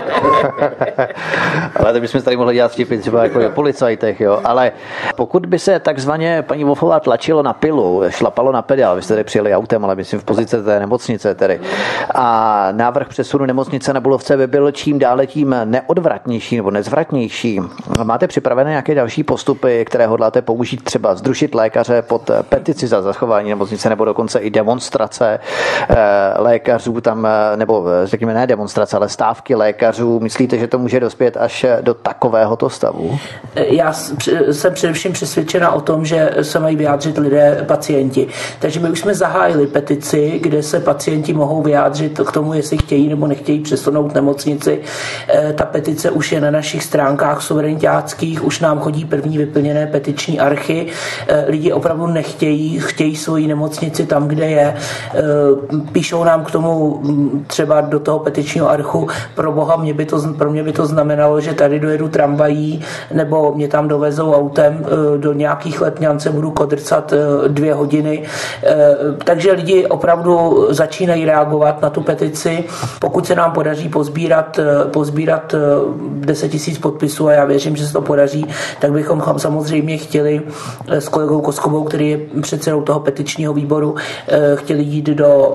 [SPEAKER 1] Ale to bychom tady mohli dělat vtipy třeba jako o policajtech, jo. Ale pokud by se takzvaně paní Wolfová tlačilo na pilu, šlapalo na pedál, vy jste tady přijeli autem, ale myslím v pozici té nemocnice tedy. A návrh přesunu nemocnice na Bulovce by byl čím dále tím neodvratnější nebo nezvratnější. Máte připravené nějaké další postupy, které hodláte použít, třeba zrušit lékaře pod petici za zachování nemocnice, nebo dokonce i demonstrace lékařů tam, nebo řekněme ne demonstrace, ale stávky lékařů. Myslíte, že to může dospět až do takovéhoto stavu?
[SPEAKER 2] Já jsem především přesvědčena o tom, že se mají vyjádřit lidé, pacienti. Takže my už jsme zahájili petici, kde se pacienti mohou vyjádřit k tomu, jestli chtějí nebo nechtějí přesunout nemocnici. Ta petice už je na našich stránkách suverenitáckých, už nám chodí první vyplněné petiční archy. Lidi opravdu nechtějí, chtějí svoji nemocnici tam, kde je. Píšou nám k tomu třeba do toho petičního archu: pro boha, mě by to, pro mě by to znamenalo, že tady dojedu tramvají, nebo mě tam dovezou autem do nějakých Letňance, budu kodrcat dvě hodiny. Takže lidi opravdu začínají reagovat na tu petici. Pokud se nám podaří pozbírat, pozbírat deset tisíc podpisů, a já věřím, že se to podaří, tak bychom samozřejmě chtěli s kolegou Koskobou, který je předsedou toho petičního výboru, chtěli jít do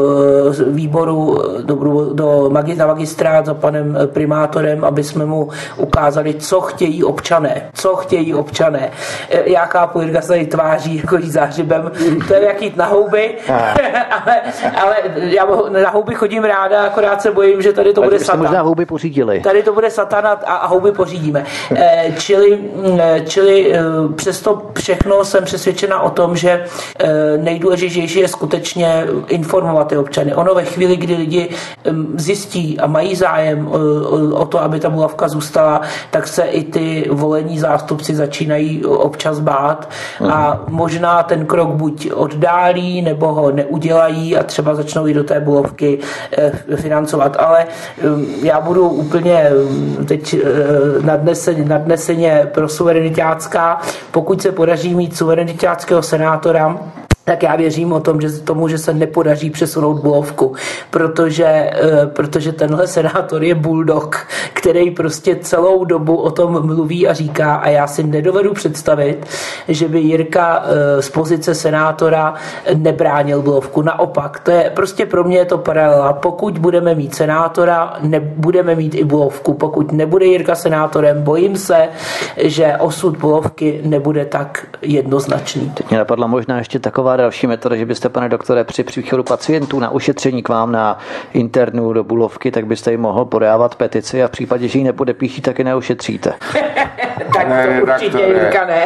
[SPEAKER 2] výboru, do, do na magistrát za panem primátorem, aby jsme mu ukázali, co chtějí občané. Co chtějí občané. Já chápu, Jirka se tady tváří jako zářibem, to je jak jít na houby, ale, ale já na houby chodím ráda, akorát se bojím, že tady to bude satan.
[SPEAKER 1] Možná houby pořídili.
[SPEAKER 2] Tady to bude satan a, a houby pořídíme. E, čili, čili e, přesto všechno jsem přesvědčena o tom, že e, nejdůležitější je skutečně informovat ty občany. Ono ve chvíli, kdy lidi e, zjistí a mají zájem o, o to, aby ta Bulovka zůstala, tak se i ty volení zástupci začínají občas bát a možná ten krok buď oddálí, nebo ho neudělají a třeba začnou i do té Bulovky financovat. Ale já budu úplně teď nadneseně, nadneseně pro suverenitácká. Pokud se podaří mít suverenitáckého senátora, tak já věřím o tom, že tomu, že se nepodaří přesunout Bulovku, protože, protože tenhle senátor je bulldog, který prostě celou dobu o tom mluví a říká a já si nedovedu představit, že by Jirka z pozice senátora nebránil Bulovku. Naopak, to je prostě pro mě je to paralela. Pokud budeme mít senátora, nebudeme mít i Bulovku. Pokud nebude Jirka senátorem, bojím se, že osud Bulovky nebude tak jednoznačný.
[SPEAKER 1] Teď mě napadla možná ještě taková další metoda, že byste, pane doktore, při příchodu pacientů na ušetření k vám na internu do Bulovky, tak byste jim mohl podávat petici a v případě, že ji nepodepíší, tak ji neušetříte.
[SPEAKER 2] Tak
[SPEAKER 3] ne,
[SPEAKER 2] to určitě, Jirka, ne.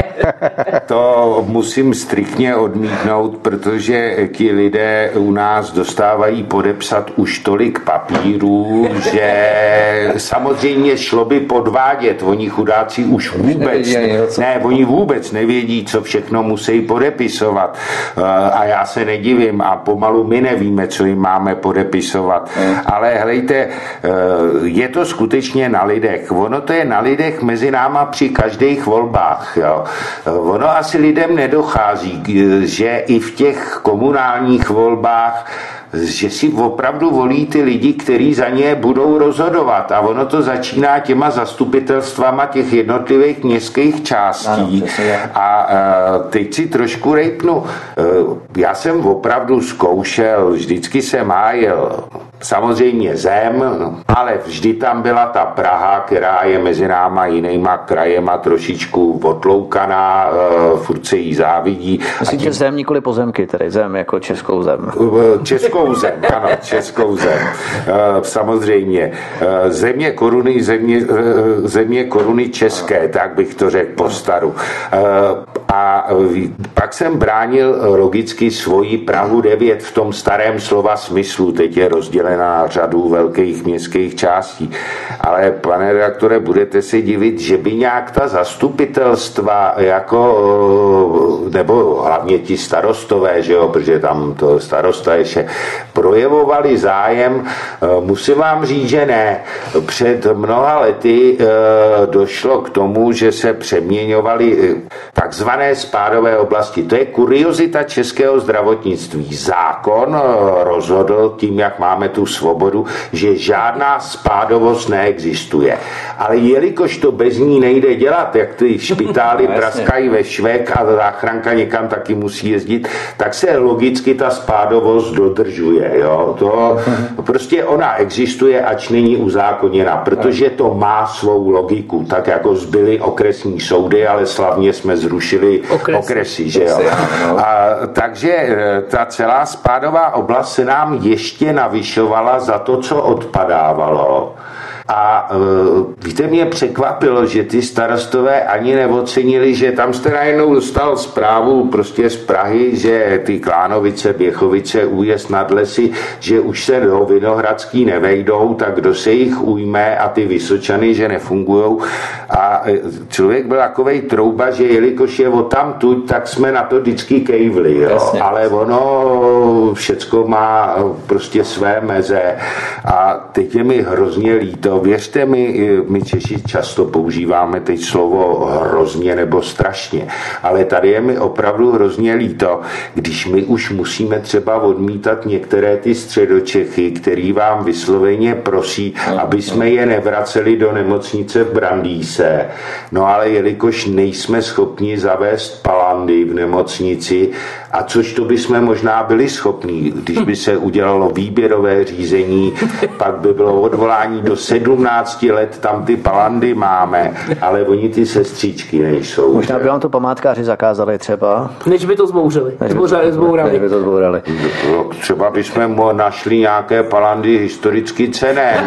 [SPEAKER 3] To musím striktně odmítnout, protože ti lidé u nás dostávají podepsat už tolik papírů, že samozřejmě šlo by podvádět. Oni chudáci už vůbec, ne, oni vůbec nevědí, co všechno musí podepisovat. A já se nedivím a pomalu my nevíme, co jim máme podepisovat. Ale helejte, je to skutečně na lidech. Ono to je na lidech mezi náma při každých volbách. Jo. Ono asi lidem nedochází, že i v těch komunálních volbách že si opravdu volí ty lidi, kteří za ně budou rozhodovat. A ono to začíná těma zastupitelstvama těch jednotlivých městských částí. A teď si trošku rejpnu. Já jsem opravdu zkoušel, vždycky jsem hájil samozřejmě zem, ale vždy tam byla ta Praha, která je mezi náma jinýma krajema trošičku otloukaná, furt se jí závidí.
[SPEAKER 1] Myslíte tím... zem, nikoli pozemky, tedy zem jako českou zem.
[SPEAKER 3] Českou zem, ano, českou zem. Samozřejmě. Země koruny, země, země koruny české, tak bych to řekl po staru. A pak jsem bránil logicky svoji Prahu devět v tom starém slova smyslu. Teď je rozdělen na řadu velkých městských částí. Ale, pane redaktore, budete se divit, že by nějak ta zastupitelstva jako, nebo hlavně ti starostové, že jo, protože tam to starosta ještě projevovali zájem. Musím vám říct, že ne. Před mnoha lety došlo k tomu, že se přeměňovaly takzvané spádové oblasti. To je kuriozita českého zdravotnictví. Zákon rozhodl tím, jak máme tu svobodu, že žádná spádovost neexistuje. Ale jelikož to bez ní nejde dělat, jak ty špitály praskají ve švech a záchranka někam taky musí jezdit, tak se logicky ta spádovost dodržuje. Jo? To prostě ona existuje, ač není uzákoněna, protože to má svou logiku, tak jako zbyly okresní soudy, ale slavně jsme zrušili okresy, okresy že jo? A, takže ta celá spádová oblast se nám ještě navyšovala za to, co odpadávalo. A e, víte, mě překvapilo, že ty starostové ani neocenili, že tam jste najednou dostal zprávu prostě z Prahy, že ty Klánovice, Běchovice, Újezd nad Lesy, že už se do Vinohradský nevejdou, tak kdo se jich ujme a ty Vysočany, že nefungujou. A člověk byl takovej trouba, že jelikož je o tamtud, tak jsme na to vždycky kejvli. Jo? Ale ono všecko má prostě své meze. A teď je mi hrozně líto. Věřte mi, my Češi často používáme teď slovo hrozně nebo strašně, ale tady je mi opravdu hrozně líto, když my už musíme třeba odmítat některé ty středočechy, který vám vysloveně prosí, aby jsme je nevraceli do nemocnice v Brandýse. No ale jelikož nejsme schopni zavést palandy v nemocnici, a což to bychom možná byli schopní, když by se udělalo výběrové řízení, pak by bylo odvolání do sedmnácti let, tam ty palandy máme, ale oni ty sestřičky nejsou.
[SPEAKER 1] Možná by vám to památkáři zakázali třeba.
[SPEAKER 2] Než by to zbouřili. Než by, zbourali.
[SPEAKER 1] Než by to zbourali.
[SPEAKER 3] No, třeba bychom našli nějaké palandy historicky cenné.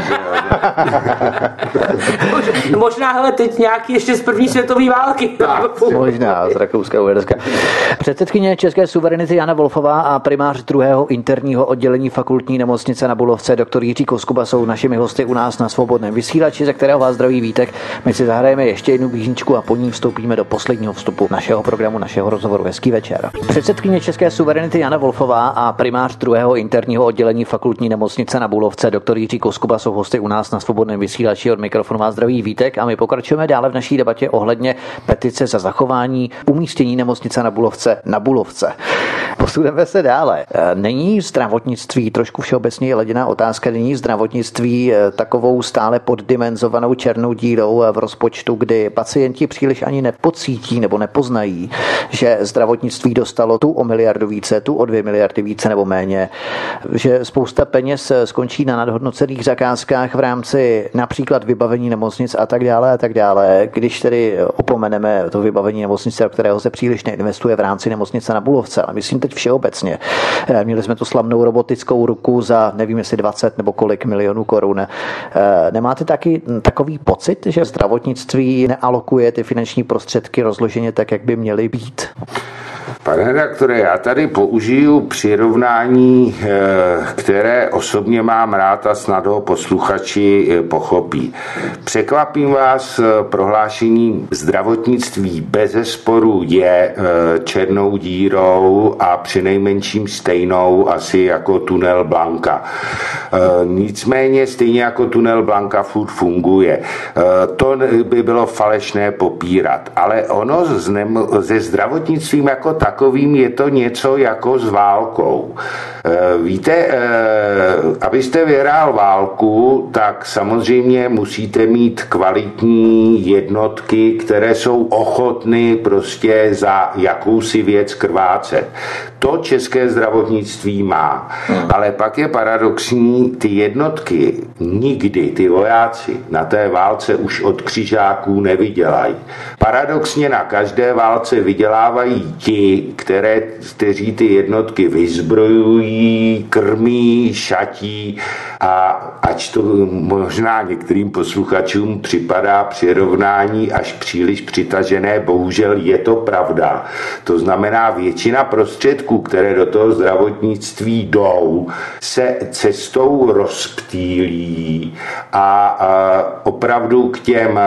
[SPEAKER 2] Možná, hele, teď nějaký ještě z první světové války.
[SPEAKER 1] Možná, z Rakouska, Uherska. Předsedkyně České suverenity Jana Wolfová a primář druhého interního oddělení fakultní nemocnice na Bulovce doktor Jiří Koskuba jsou našimi hosty u nás na Svobodném vysílači, ze kterého vás zdraví Vítek. My si zahrajeme ještě jednu písničku a po ní vstoupíme do posledního vstupu našeho programu, našeho rozhovoru. Hezký večer. Předsedkyně České suverenity Jana Wolfová a primář druhého interního oddělení fakultní nemocnice na Bulovce doktor Jiří Koskuba jsou hosty u nás na Svobodném vysílači. Od mikrofonu vás zdraví Vítek a my pokračujeme dále v naší debatě ohledně petice za zachování umístění nemocnice na Bulovce na Bulovce. Posuneme se dále. Není zdravotnictví, trošku všeobecně leděná otázka, není zdravotnictví takovou stále poddimenzovanou černou dírou v rozpočtu, kdy pacienti příliš ani nepocítí nebo nepoznají, že zdravotnictví dostalo tu o miliardu více, tu o dvě miliardy více nebo méně, že spousta peněz skončí na nadhodnocených zakázkách v rámci například vybavení nemocnic a tak dále a tak dále. Když tedy opomeneme to vybavení nemocnice, do kterého se příliš neinvestuje v rámci nemocnice na Bulovce, ale myslím teď všeobecně. Měli jsme tu slavnou robotickou ruku za nevím jestli dvacet nebo kolik milionů korun. Nemáte taky takový pocit, že zdravotnictví nealokuje ty finanční prostředky rozloženě tak, jak by měly být?
[SPEAKER 3] Pane redaktore, já tady použiju přirovnání, které osobně mám rád a snad ho posluchači pochopí. Překvapím vás prohlášením, zdravotnictví bezesporu je černou dírou a přinejmenším stejnou asi jako tunel Blanka. Nicméně stejně jako tunel Blanka furt funguje. To by bylo falešné popírat, ale ono ze zdravotnictvím jako takovým je to něco jako s válkou. Víte, abyste vyhrál válku, tak samozřejmě musíte mít kvalitní jednotky, které jsou ochotny prostě za jakousi věc krvácet. To české zdravotnictví má. Ale pak je paradoxní, ty jednotky nikdy, ty vojáci na té válce už od křižáků nevydělají. Paradoxně na každé válce vydělávají ti, které, kteří ty jednotky vyzbrojují, krmí, šatí a ač to možná některým posluchačům připadá přirovnání až příliš přitažené, bohužel je to pravda. To znamená, většina prostředků, které do toho zdravotnictví jdou, se cestou rozptýlí a, a opravdu k těm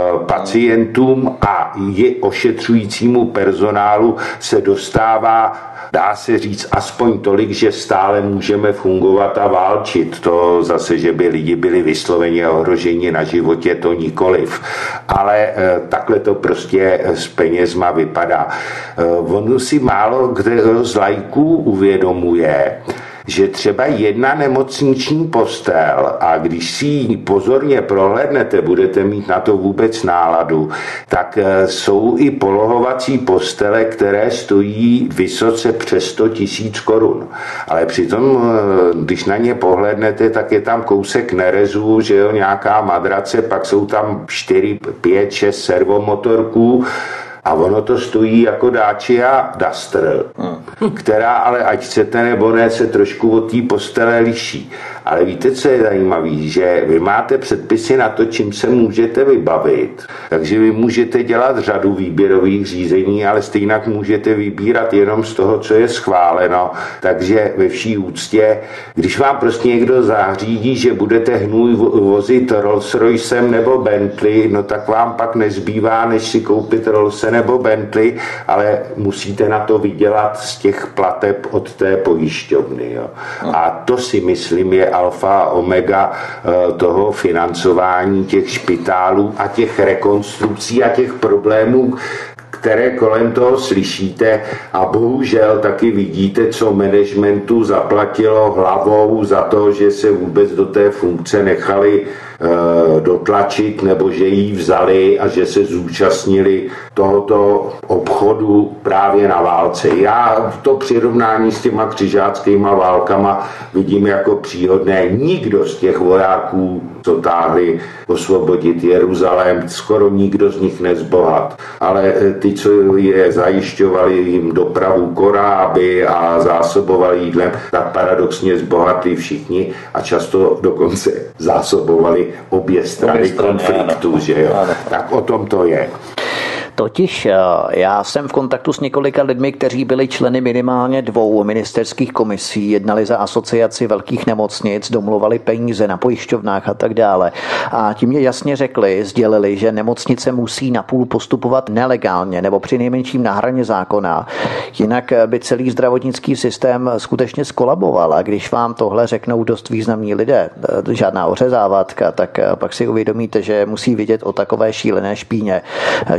[SPEAKER 3] pacientům a je ošetřujícímu personálu se dostává, dá se říct, aspoň tolik, že stále můžeme fungovat a válčit. To zase, že by lidi byli vysloveně ohroženi na životě, to nikoliv. Ale e, takhle to prostě s penězma vypadá. E, on si málo kdo z laiků uvědomuje, že třeba jedna nemocniční postel, a když si ji pozorně prohlédnete, budete mít na to vůbec náladu, tak jsou i polohovací postele, které stojí vysoce přes sto tisíc korun. Ale přitom, když na ně pohlédnete, tak je tam kousek nerezu, že jo, nějaká madrace, pak jsou tam čtyři, pět, šest servomotorků, a ono to stojí jako Dacia Duster, která ale, ať chcete nebo ne, se trošku od té postele liší. Ale víte, co je zajímavé, že vy máte předpisy na to, čím se můžete vybavit. Takže vy můžete dělat řadu výběrových řízení, ale stejně můžete vybírat jenom z toho, co je schváleno. Takže ve vší úctě, když vám prostě někdo zařídí, že budete hnůj vozit Rolls-Roycem nebo Bentley, no tak vám pak nezbývá, než si koupit Rolls nebo Bentley, ale musíte na to vydělat z těch plateb od té pojišťovny. Jo. A to si myslím je alfa a omega toho financování těch špitálů a těch rekonstrukcí a těch problémů, které kolem toho slyšíte, a bohužel taky vidíte, co managementu zaplatilo hlavou za to, že se vůbec do té funkce nechali e, dotlačit, nebo že ji vzali a že se zúčastnili tohoto obchodu právě na válce. Já to přirovnání s těma křižáckýma válkama vidím jako příhodné. Nikdo z těch vojáků, co táhli osvobodit Jeruzalém, skoro nikdo z nich nezbohat. Ale ty, co je zajišťovali jim dopravu koráby a zásobovali jídlem, tak paradoxně zbohatli všichni a často dokonce zásobovali obě strany, obě strany konfliktu, ano. Že jo? Ano. Tak o tom to je.
[SPEAKER 1] Totiž já jsem v kontaktu s několika lidmi, kteří byli členy minimálně dvou ministerských komisí, jednali za asociaci velkých nemocnic, domluvali peníze na pojišťovnách a tak dále. A tím mě jasně řekli, sdělili, že nemocnice musí napůl postupovat nelegálně nebo přinejmenším na hraně zákona. Jinak by celý zdravotnický systém skutečně skolaboval. A když vám tohle řeknou dost významní lidé, žádná ořezávatka, tak pak si uvědomíte, že musí vidět o takové šílené špíně, že by se nám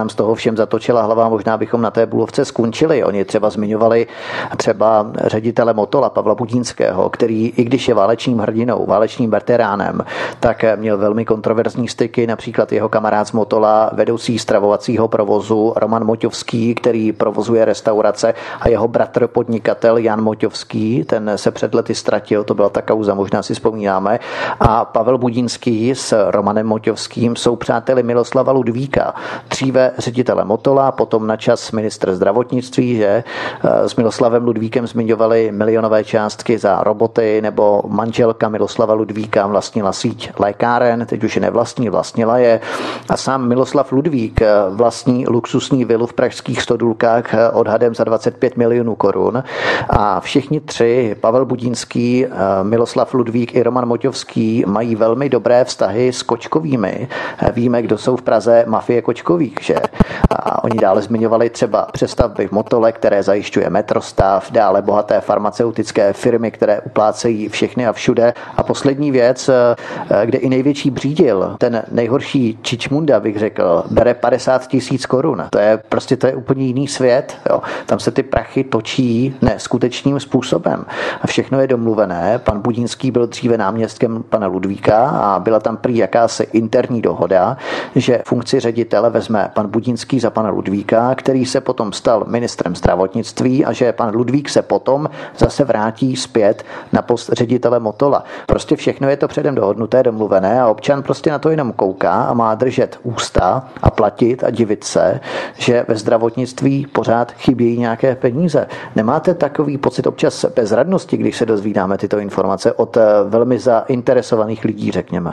[SPEAKER 1] nám z toho všem zatočila hlava, možná bychom na té Bulovce skončili. Oni třeba zmiňovali třeba ředitele Motola Pavla Budínského, který, i když je válečným hrdinou, válečným veteránem, tak měl velmi kontroverzní styky, například jeho kamarád z Motola, vedoucí stravovacího provozu Roman Moťovský, který provozuje restaurace, a jeho bratr podnikatel Jan Moťovský, ten se před lety ztratil, to byla ta kauza, možná si vzpomínáme, a Pavel Budínský s Romanem Moťovským jsou přáteli Miloslava Ludvíka, dříve ředitele Motola, potom na čas ministr zdravotnictví, že s Miloslavem Ludvíkem zmiňovali milionové částky za roboty, nebo manželka Miloslava Ludvíka vlastnila síť lékáren, teď už je nevlastní, vlastnila je, a sám Miloslav Ludvík vlastní luxusní vilu v pražských Stodulkách odhadem za dvacet pět milionů korun, a všichni tři, Pavel Budínský, Miloslav Ludvík i Roman Moťovský, mají velmi dobré vztahy s Kočkovými. Víme, kdo jsou v Praze mafie Kočkových, že? A oni dále zmiňovali třeba přestavby v Motole, které zajišťuje Metrostav, dále bohaté farmaceutické firmy, které uplácejí všechny a všude. A poslední věc, kde i největší břídil, ten nejhorší Čičmunda, bych řekl, bere padesát tisíc korun. To je prostě to je úplně jiný svět. Jo. Tam se ty prachy točí neskutečným způsobem. A všechno je domluvené. Pan Budínský byl dříve náměstkem pana Ludvíka a byla tam prý jakási interní dohoda, že funkci ředitele vezme pan Budínský za pana Ludvíka, který se potom stal ministrem zdravotnictví, a že pan Ludvík se potom zase vrátí zpět na post ředitele Motola. Prostě všechno je to předem dohodnuté, domluvené, a občan prostě na to jenom kouká a má držet ústa a platit a divit se, že ve zdravotnictví pořád chybějí nějaké peníze. Nemáte takový pocit občas bezradnosti, když se dozvídáme tyto informace od velmi zainteresovaných lidí, řekněme?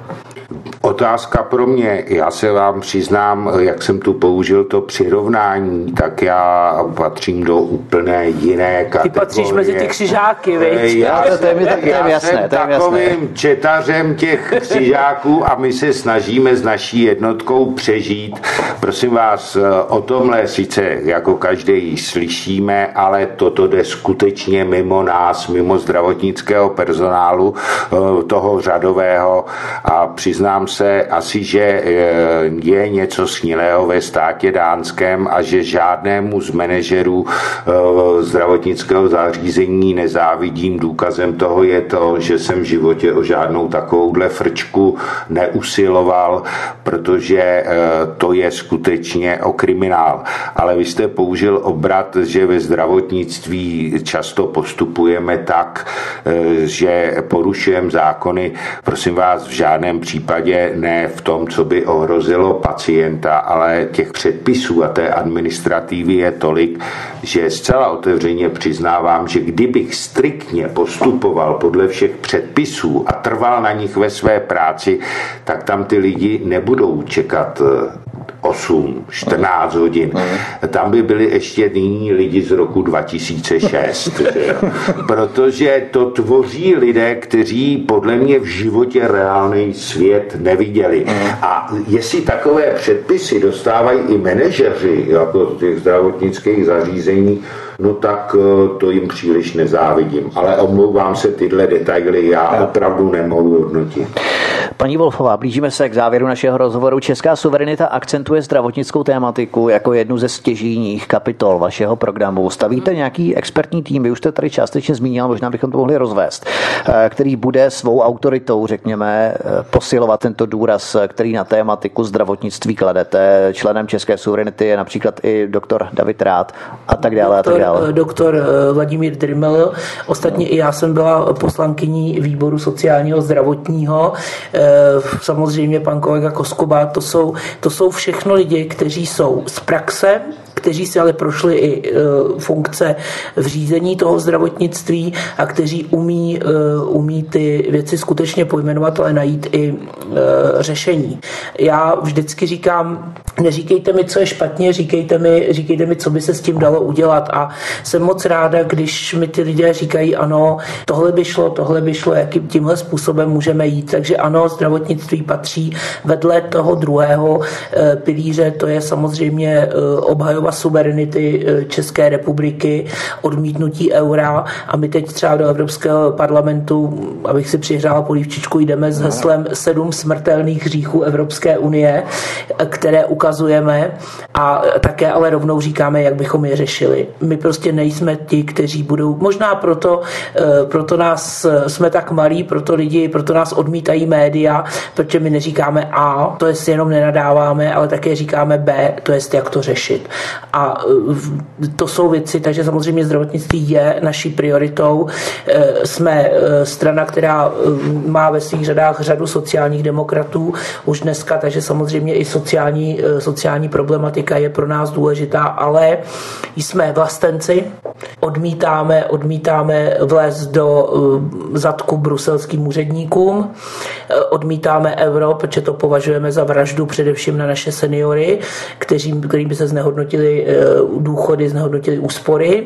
[SPEAKER 3] Otázka pro mě, já se vám přiznám, jak jsem tu použil to přirovnání, tak já patřím do úplné jiné kategorie.
[SPEAKER 2] Ty patříš mezi ty křižáky, viď?
[SPEAKER 3] Já,
[SPEAKER 1] já, to je, to je
[SPEAKER 3] já
[SPEAKER 1] jasné,
[SPEAKER 3] jsem
[SPEAKER 1] to je
[SPEAKER 3] takovým
[SPEAKER 1] jasné.
[SPEAKER 3] četařem těch křižáků a my se snažíme s naší jednotkou přežít. Prosím vás, o tomhle sice jako každý slyšíme, ale toto jde skutečně mimo nás, mimo zdravotnického personálu, toho řadového, a přiznám se asi, že je něco snílého ve státě dánském a že žádnému z manažerů zdravotnického zařízení nezávidím. Důkazem toho je to, že jsem v životě o žádnou takovouhle frčku neusiloval, protože to je skutečně o kriminál. Ale vy jste použil obrat, že ve zdravotnictví často postupujeme tak, že porušujeme zákony. Prosím vás, v žádném případě ne v tom, co by ohrozilo pacienta, ale těch předpisů a té administrativy je tolik, že zcela otevřeně přiznávám, že kdybych striktně postupoval podle všech předpisů a trval na nich ve své práci, tak tam ty lidi nebudou čekat osm, čtrnáct hodin. Tam by byli ještě nyní lidi z roku dva tisíce šest. Protože to tvoří lidé, kteří podle mě v životě reálný svět neviděli. A jestli takové předpisy dostávají i manažeři jako těch zdravotnických zařízení, no tak to jim příliš nezávidím. Ale omlouvám se, tyhle detaily já opravdu nemohu hodnotit.
[SPEAKER 1] Paní Wolfová, blížíme se k závěru našeho rozhovoru. Česká suverenita akcentuje zdravotnickou tématiku jako jednu ze stěžejních kapitol vašeho programu. Stavíte nějaký expertní tým, vy už jste tady částečně zmínil, možná bychom to mohli rozvést, který bude svou autoritou, řekněme, posilovat tento důraz, který na tématiku zdravotnictví kladete. Členem České suverenity je například i doktor David Rád a tak dále.
[SPEAKER 2] Doktor,
[SPEAKER 1] a tak dále.
[SPEAKER 2] doktor Vladimír Dryml, ostatně i já jsem byla poslankyní výboru sociálního zdravotního, samozřejmě pan kolega Koskuba, to jsou, to jsou všechno lidi, kteří jsou z praxe, kteří si ale prošli i funkce v řízení toho zdravotnictví a kteří umí, umí ty věci skutečně pojmenovat, ale najít i řešení. Já vždycky říkám, neříkejte mi, co je špatně, říkejte mi, říkejte mi, co by se s tím dalo udělat, a jsem moc ráda, když mi ty lidé říkají, ano, tohle by šlo, tohle by šlo, jakým tímhle způsobem můžeme jít. Takže ano, zdravotnictví patří vedle toho druhého pilíře, to je samozřejmě obhajoba suverenity České republiky, odmítnutí eura a my teď třeba do Evropského parlamentu, abych si přihřála polívčičku, jdeme s heslem sedm smrtelných hříchů Evropské unie, které ukazujeme a také ale rovnou říkáme, jak bychom je řešili. My prostě nejsme ti, kteří budou, možná proto, proto nás jsme tak malí, proto lidi, proto nás odmítají média, protože my neříkáme A, to jest jenom nenadáváme, ale také říkáme B, to jest jak to řešit. A to jsou věci, takže samozřejmě zdravotnictví je naší prioritou. Jsme strana, která má ve svých řadách řadu sociálních demokratů už dneska, takže samozřejmě i sociální, sociální problematika je pro nás důležitá, ale jsme vlastenci, odmítáme, odmítáme vlézt do zadku bruselským úředníkům, odmítáme euro, protože to považujeme za vraždu především na naše seniory, kteří, kterým by se znehodnotili důchody, znehodnotili úspory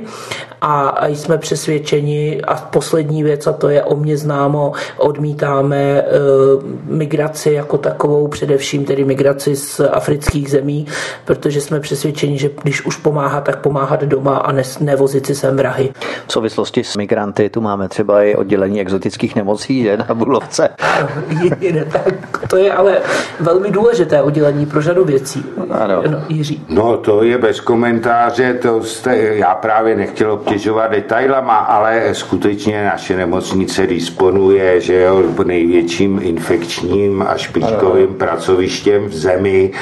[SPEAKER 2] a jsme přesvědčeni a poslední věc, a to je o mě známo, odmítáme migraci jako takovou, především tedy migraci z afrických zemí, protože jsme přesvědčeni, že když už pomáhat, tak pomáhat doma a ne, nevozit si sem vrahy.
[SPEAKER 1] V souvislosti s migranty tu máme třeba i oddělení exotických nemocí, je na Bulovce.
[SPEAKER 2] Tak to je ale velmi důležité oddělení pro řadu věcí.
[SPEAKER 1] Ano.
[SPEAKER 2] No, Jiří.
[SPEAKER 3] No to je bez komentáře, to jste, já právě nechtěl obtěžovat detailama, ale skutečně naše nemocnice disponuje, že jo, největším infekčním a špičkovým ano. pracovištěm v zemi.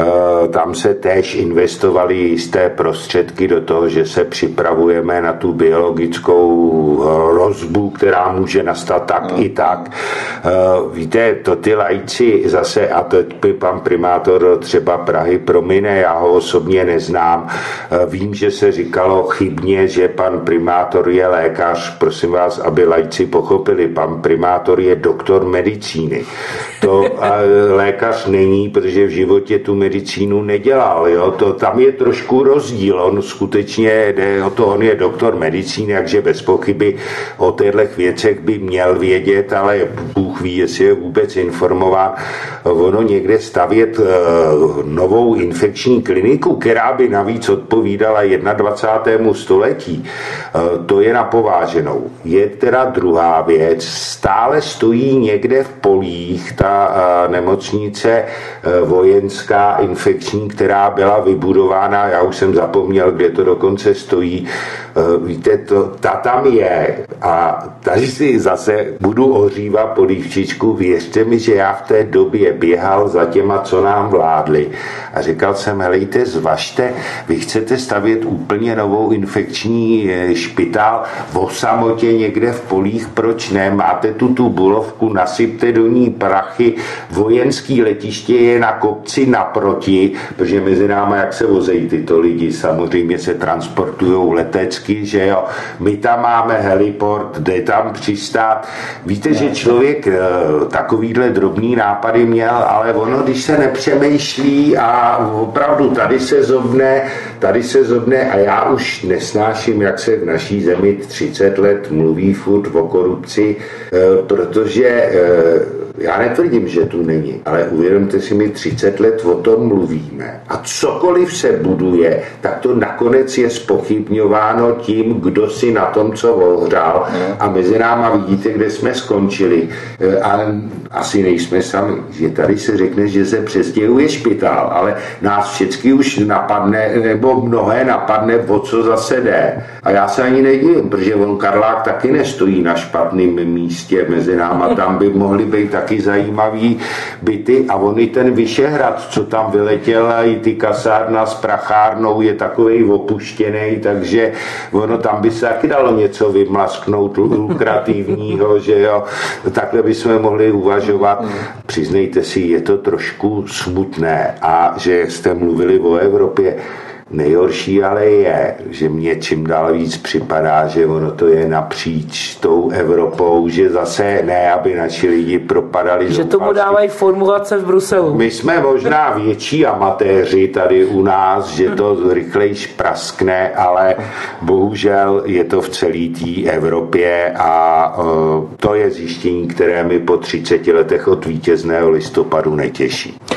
[SPEAKER 3] E, tam se též investovaly jisté prostředky do toho, že se připravujeme na tu biologickou hrozbu, která může nastat tak ano. i tak. E, víte, to ty laici zase, a teď by pan primátor třeba Prahy promine, já ho osobně neznám. Vím, že se říkalo chybně, že pan primátor je lékař. Prosím vás, aby laici pochopili, pan primátor je doktor medicíny. To lékař není, protože v životě tu medicínu nedělal. Jo? To, tam je trošku rozdíl. On skutečně jde o to, on je doktor medicíny, takže bez pochyby o těchto věcech by měl vědět, ale Bůh ví, jestli je vůbec informován. Ono někde stavět uh, novou infekční kliniku, která by navíc odpovídala dvacátému prvnímu století, uh, to je na pováženou. Je teda druhá věc, stále stojí někde v polích ta uh, nemocnice uh, vojenská infekční, která byla vybudována, já už jsem zapomněl, kde to dokonce stojí. Uh, víte, to, ta tam je a tady si zase budu ohřívat polívčičku. Věřte mi, že já v té době běhal za těma, co nám vládli a říkal jsem, helejte, zvažte, vy chcete stavět úplně novou infekční špitál v samotě někde v polích, proč ne? Máte tu tu Bulovku, nasypte do ní prachy, vojenský letiště je na kopci naproti, protože mezi náma, jak se vozejí tyto lidi, samozřejmě se transportujou letecky, že jo, my tam máme heliport, jde tam přistát. Víte, že člověk takovýhle drobný nápady měl, ale ono, když se nepřemýšlí a opravdu tady se zobne, tady se zobne a já už nesnáším, jak se v naší zemi třicet let mluví furt o korupci, protože já netvrdím, že tu není, ale uvědomte si, my třicet let o tom mluvíme a cokoliv se buduje, tak to nakonec je zpochybňováno tím, kdo si na tom, co ohřál a mezi náma vidíte, kde jsme skončili, ale asi nejsme sami, že tady se řekne, že se přestěhuje špitál, ale nás všichni už napadne, nebo mnohé napadne, o co zase jde. A já se ani nedivím, protože on Karlák taky nestojí na špatném místě mezi náma, tam by mohly být taky zajímavý byty a on i ten Vyšehrad, co tam vyletěl, a i ty kasárna s prachárnou je takovej opuštěný, takže ono tam by se taky dalo něco vymlasknout lukrativního, že jo, takhle bychom mohli uvažovat. Přiznejte si, je to trošku smutné a že jste mluvili o Evropě. Nejhorší ale je, že mě čím dál víc připadá, že ono to je napříč tou Evropou, že zase ne, aby naši lidi propadali.
[SPEAKER 2] Že tomu dávají formulace v Bruselu.
[SPEAKER 3] My jsme možná větší amatéři tady u nás, že to rychlejš praskne, ale bohužel je to v celé té Evropě a uh, to je zjištění, které mi po třiceti letech od vítězného listopadu netěší.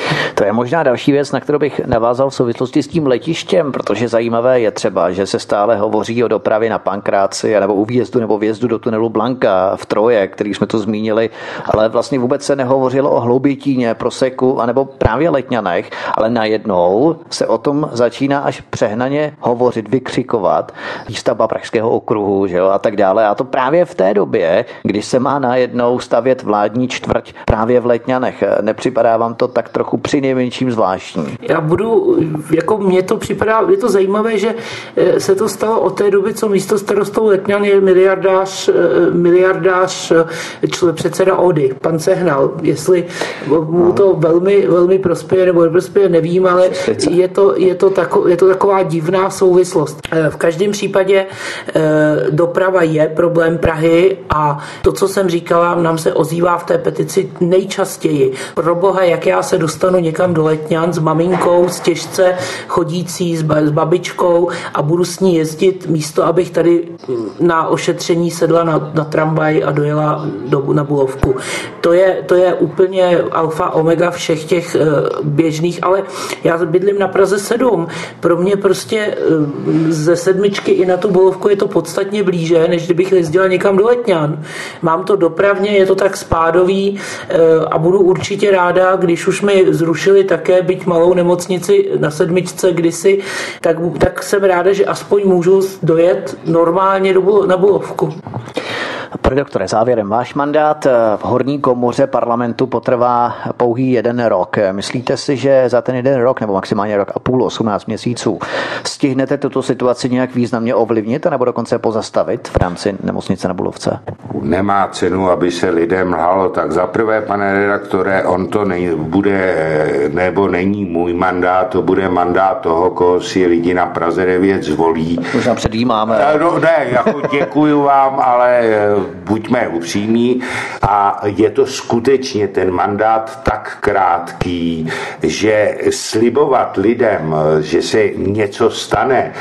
[SPEAKER 1] To je možná další věc, na kterou bych navázal v souvislosti s tím letištěm, protože zajímavé je třeba, že se stále hovoří o dopravě na Pankráci nebo u výjezdu nebo vjezdu do tunelu Blanka v Troje, který jsme to zmínili, ale vlastně vůbec se nehovořilo o Hloubětíně, Proseku anebo právě Letňanech, ale najednou se o tom začíná až přehnaně hovořit, vykřikovat, výstavba Pražského okruhu, že jo, a tak dále. A to právě v té době, když se má najednou stavět vládní čtvrť právě v Letňanech. Nepřipadá vám to tak trochu přinejmenším zvláštní?
[SPEAKER 2] Já budu, jako mně to připadá, je to zajímavé, že se to stalo od té doby, co místo starostou Letňan je miliardář, miliardář člen, předseda Ody, pan Sehnal. Jestli mu to velmi, velmi prospěje nebo neprospěje, nevím, ale je to, je to, tako, je to taková divná souvislost. V každém případě doprava je problém Prahy a to, co jsem říkala, nám se ozývá v té petici nejčastěji. Pro boha, jak já se dostanu někam do Letňan s maminkou, s těžce chodící, s babičkou a budu s ní jezdit místo, abych tady na ošetření sedla na, na tramvaj a dojela do, na Bulovku. To je, to je úplně alfa omega všech těch běžných, ale já bydlím na Praze sedm. Pro mě prostě ze sedmičky i na tu Bulovku je to podstatně blíže, než kdybych jezdila někam do Letňan. Mám to dopravně, je to tak spádový a budu určitě ráda, když už mi zrušili také byť malou nemocnici na sedmičce kdysi, tak, tak jsem ráda, že aspoň můžu dojet normálně do, na Bulovku.
[SPEAKER 1] Pane doktore, závěrem, váš mandát v horní komoře parlamentu potrvá pouhý jeden rok. Myslíte si, že za ten jeden rok, nebo maximálně rok a půl, osmnáct měsíců, stihnete tuto situaci nějak významně ovlivnit, nebo dokonce pozastavit v rámci nemocnice na Bulovce?
[SPEAKER 3] Nemá cenu, aby se lidem lhalo. Tak za prvé, pane redaktore, on to nej, bude, nebo není můj mandát, to bude mandát toho, koho si lidi na Praze devět zvolí.
[SPEAKER 1] Možná předjímáme.
[SPEAKER 3] No, ne, jako děkuju vám, ale buďme upřímní a je to skutečně ten mandát tak krátký, že slibovat lidem, že se něco stane,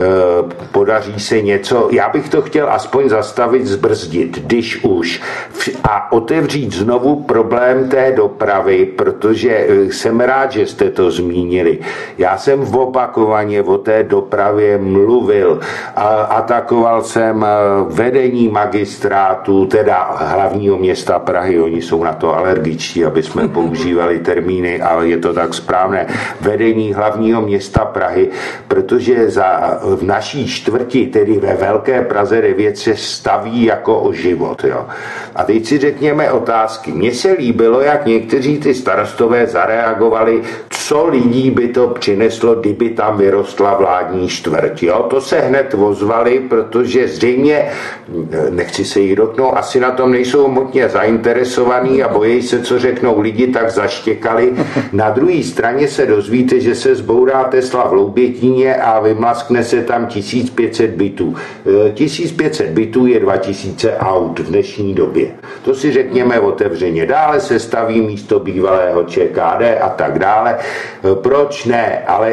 [SPEAKER 3] podaří se něco, já bych to chtěl aspoň zastavit, zbrzdit, když už, a otevřít znovu problém té dopravy, protože jsem rád, že jste to zmínili. Já jsem opakovaně o té dopravě mluvil, a atakoval jsem vedení magistrátu, teda hlavního města Prahy, oni jsou na to alergičtí, aby jsme používali termíny, ale je to tak správné, vedení hlavního města Prahy, protože za, v naší čtvrti, tedy ve Velké Praze devět, se staví jako o život. Jo. A teď si řekněme otázky. Mně se líbilo, jak někteří ty starostové zareagovali, co lidí by to přineslo, kdyby tam vyrostla vládní čtvrť. Jo. To se hned ozvali, protože zřejmě, nechci se jí dotknout, asi na tom nejsou mocně zainteresovaní a bojí se, co řeknou lidi, tak zaštěkali. Na druhé straně se dozvíte, že se zbourá Tesla v Hloubětíně a vymlaskne se tam tisíc pět set bytů. tisíc pět set bytů je dva tisíce aut v dnešní době. To si řekněme otevřeně. Dále se staví místo bývalého ČKD a tak dále. Proč ne? Ale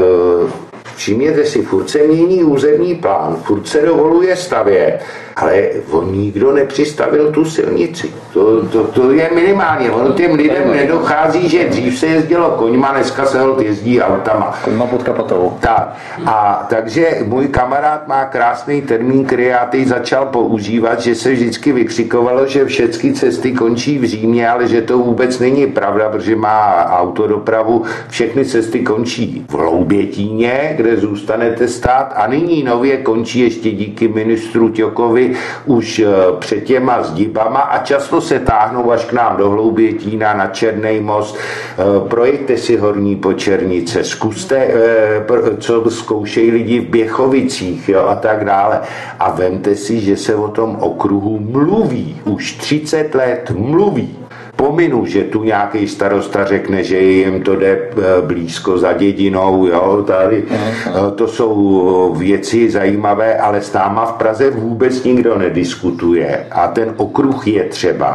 [SPEAKER 3] všimněte si, furt se mění územní plán, furt se dovoluje stavět, ale on nikdo nepřistavil tu silnici. To, to, to je minimálně. On těm lidem nedochází, že dřív se jezdilo koňma, dneska se jezdí autama.
[SPEAKER 1] Koňma pod kapotou.
[SPEAKER 3] Tak. A takže můj kamarád má krásný termín, který já teď začal používat, že se vždycky vykřikovalo, že všechny cesty končí v Římě, ale že to vůbec není pravda, protože má autodopravu. Všechny cesty končí v Hloubětíně, kde zůstanete stát, a nyní nově končí ještě díky ministru Ťokovi už před těma zdibama a často se táhnou až k nám do Hloubětína na Černý most. Projďte si Horní Počernice, zkuste, co zkoušejí lidi v Běchovicích, jo, a tak dále. A vemte si, že se o tom okruhu mluví. Už třicet let mluví. Pominu, že tu nějaký starosta řekne, že jim to jde blízko za dědinou, jo, tady, to jsou věci zajímavé, ale s náma v Praze vůbec nikdo nediskutuje a ten okruh je třeba.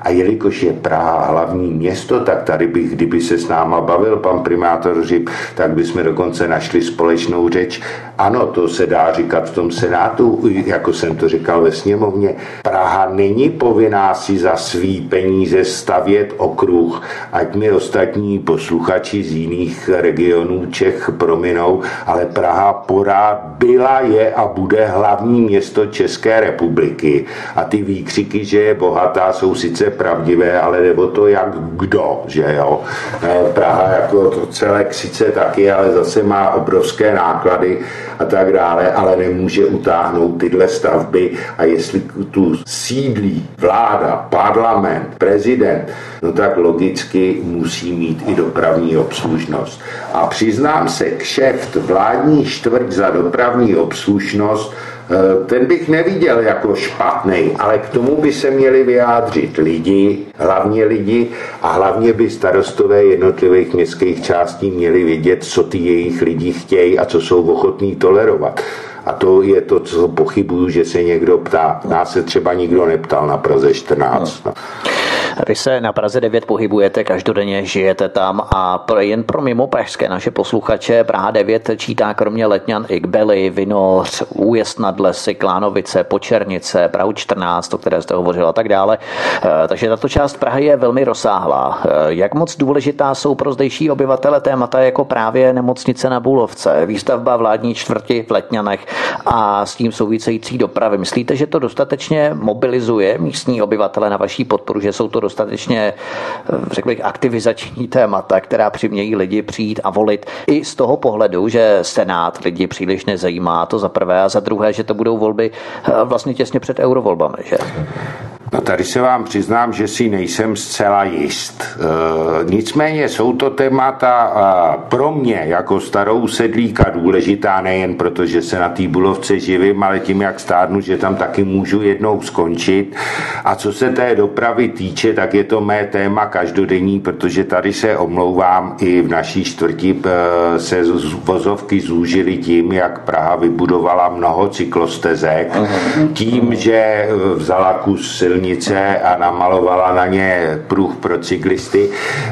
[SPEAKER 3] A jelikož je Praha hlavní město, tak tady bych, kdyby se s náma bavil pan primátor Hřib, tak bychom dokonce našli společnou řeč. Ano, to se dá říkat v tom Senátu, jako jsem to říkal ve sněmovně. Praha není povinná si za svý peníze stavět okruh, ať mi ostatní posluchači z jiných regionů Čech prominou, ale Praha pořád byla, je a bude hlavní město České republiky. A ty výkřiky, že je bohatá, jsou sice pravdivé, ale jde o to, jak kdo, že jo. Praha jako to celek sice taky, ale zase má obrovské náklady a tak dále, ale nemůže utáhnout tyhle stavby a jestli tu sídlí vláda, parlament, prezident, no tak logicky musí mít i dopravní obslužnost. A přiznám se, kšeft vládní čtvrť za dopravní obslužnost, ten bych neviděl jako špatný, ale k tomu by se měli vyjádřit lidi, hlavně lidi a hlavně by starostové jednotlivých městských částí měli vědět, co ty jejich lidi chtějí a co jsou ochotní tolerovat. A to je to, co pochybuju, že se někdo ptá. Nás se třeba nikdo neptal na Praze čtrnáct. No.
[SPEAKER 1] Vy se na Praze devět pohybujete, každodenně žijete tam a jen pro mimo pražské naše posluchače Praha devět čítá kromě Letňan i Kbely, Vinoř, Újezd nad Lesy, Klánovice, Počernice, Prahu čtrnáct, o které jste hovořil a tak dále. Takže tato část Prahy je velmi rozsáhlá. Jak moc důležitá jsou pro zdejší obyvatele témata jako právě nemocnice na Bulovce, výstavba vládní čtvrti v Letňanech a s tím související dopravy? Myslíte, že to dostatečně mobilizuje místní obyvatele na vaší podporu, že jsou to dostatečně, řekl bych, aktivizační témata, která přimějí lidi přijít a volit i z toho pohledu, že Senát lidi příliš nezajímá, to za prvé, a za druhé, že to budou volby vlastně těsně před eurovolbami, že?
[SPEAKER 3] No tady se vám přiznám, že si nejsem zcela jist. E, nicméně jsou to témata e, pro mě jako starou sedlíka důležitá nejen proto, že se na té Bulovce živím, ale tím, jak stárnu, že tam taky můžu jednou skončit. A co se té dopravy týče, tak je to mé téma každodenní, protože tady se omlouvám, i v naší čtvrti e, se vozovky zúžily tím, jak Praha vybudovala mnoho cyklostezek, tím, že vzala kus silnice a namalovala na ně pruh pro cyklisty,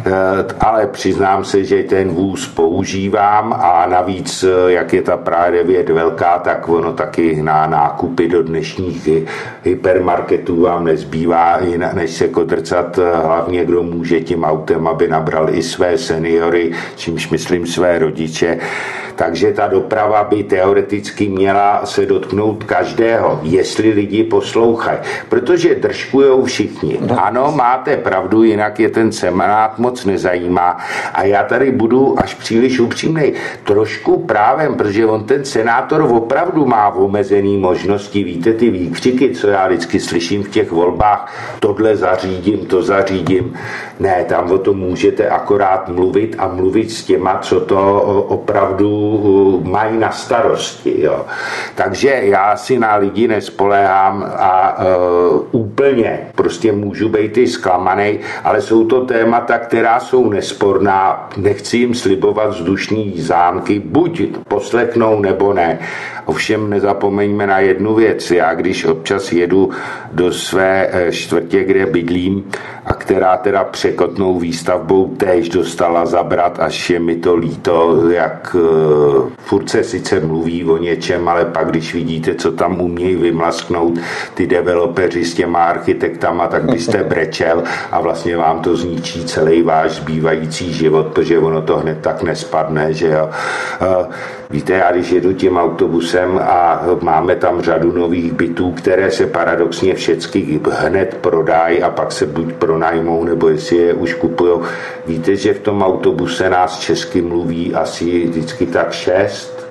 [SPEAKER 3] ale přiznám se, že ten vůz používám a navíc, jak je ta Praha devět velká, tak ono taky na nákupy do dnešních hypermarketů vám nezbývá, než se kodrcat, hlavně kdo může tím autem, aby nabral i své seniory, čímž myslím své rodiče. Takže ta doprava by teoreticky měla se dotknout každého, jestli lidi poslouchají. Protože držkujou všichni. Ano, máte pravdu, jinak je ten Senát moc nezajímá. A já tady budu až příliš upřímnej. Trošku právem, protože on ten senátor opravdu má omezený možnosti. Víte, ty výkřiky, co já vždycky slyším v těch volbách, tohle zařídím, to zařídím. Ne, tam o tom můžete akorát mluvit a mluvit s těma, co to opravdu mají na starosti. Jo. Takže já si na lidi nespoléhám a uh, úplně prostě můžu být i zklamanej, ale jsou to témata, která jsou nesporná. Nechci jim slibovat vzdušní zámky, buď poslechnou nebo ne. Ovšem nezapomeňme na jednu věc. Já když občas jedu do své čtvrtě, kde bydlím a která teda překotnou výstavbou též dostala zabrat, až je mi to líto, jak uh, furt se sice mluví o něčem, ale pak když vidíte, co tam umějí vymlasknout ty developeři s těma architektama, tak byste brečel a vlastně vám to zničí celý váš zbývající život, protože ono to hned tak nespadne, že jo. Uh, Víte, já když jedu tím autobusem a máme tam řadu nových bytů, které se paradoxně všechny hned prodají a pak se buď pronajmou, nebo jestli je už kupujou. Víte, že v tom autobuse nás česky mluví asi vždycky tak šest.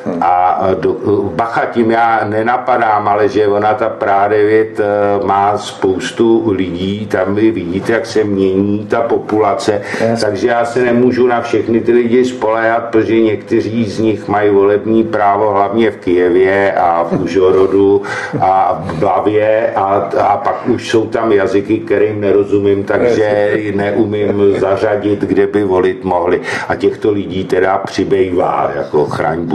[SPEAKER 3] A do, bacha, tím já nenapadám, ale že ona ta Praha devět má spoustu lidí, tam vy vidíte, jak se mění ta populace, yes. Takže já se nemůžu na všechny ty lidi spoléhat, protože někteří z nich mají volební právo hlavně v Kyjevě a v Užhorodu a v Blavě a, a pak už jsou tam jazyky, kterým nerozumím, takže neumím zařadit, kde by volit mohli. A těchto lidí teda přibývá, jako chraň Bůh.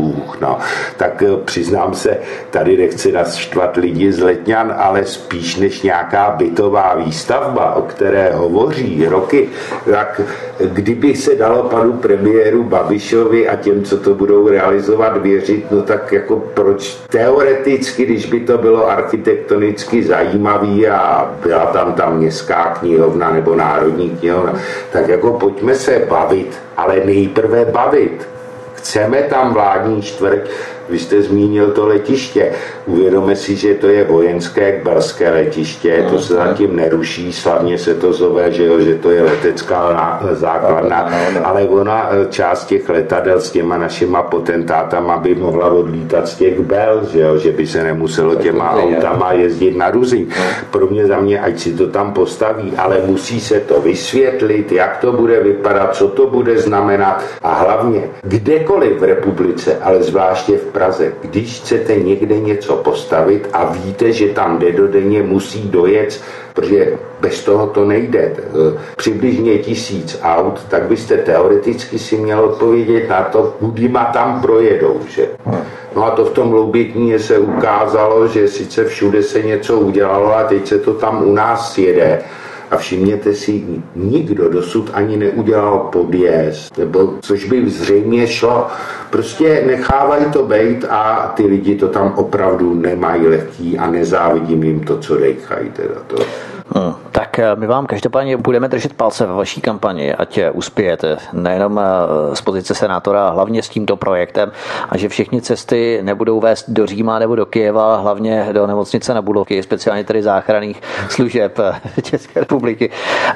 [SPEAKER 3] no. Tak přiznám se, tady nechci naštvat lidi z Letňan, ale spíš než nějaká bytová výstavba, o které hovoří roky, tak kdyby se dalo panu premiéru Babišovi a těm, co to budou realizovat, věřit, no tak jako proč teoreticky, když by to bylo architektonicky zajímavý a byla tam ta městská knihovna nebo národní knihovna, tak jako pojďme se bavit, ale nejprve bavit. Chceme tam vládní čtvrť, vy jste zmínil to letiště. Uvědomme si, že to je vojenské kbelské letiště, to se zatím neruší, slavně se to zove, že, jo, že to je letecká základna, ale ona část těch letadel s těma našima potentátama by mohla odlítat z těch Bel, že, jo, že by se nemuselo těma autama jezdit na Ruzyň. Pro mě, za mě, ať si to tam postaví, ale musí se to vysvětlit, jak to bude vypadat, co to bude znamenat a hlavně kdekoliv v republice, ale zvláště v Praze, když chcete někde něco postavit a víte, že tam dennodenně musí dojet, protože bez toho to nejde, přibližně tisíc aut, tak byste teoreticky si měl odpovědět na to, kudyma tam projedou, že? No a to v tom Loubětíně se ukázalo, že sice všude se něco udělalo a teď se to tam u nás jede. A všimněte si, nikdo dosud ani neudělal podjezd, nebo což by zřejmě šlo. Prostě nechávají to bejt a ty lidi to tam opravdu nemají lehký a nezávidím jim to, co dejchají teda to.
[SPEAKER 1] Hmm. Tak my vám každopádně budeme držet palce ve vaší kampani, ať uspějete nejenom z pozice senátora, hlavně s tímto projektem a že všechny cesty nebudou vést do Říma nebo do Kyjeva, hlavně do nemocnice na Bulovky, speciálně tedy záchranných služeb České republiky.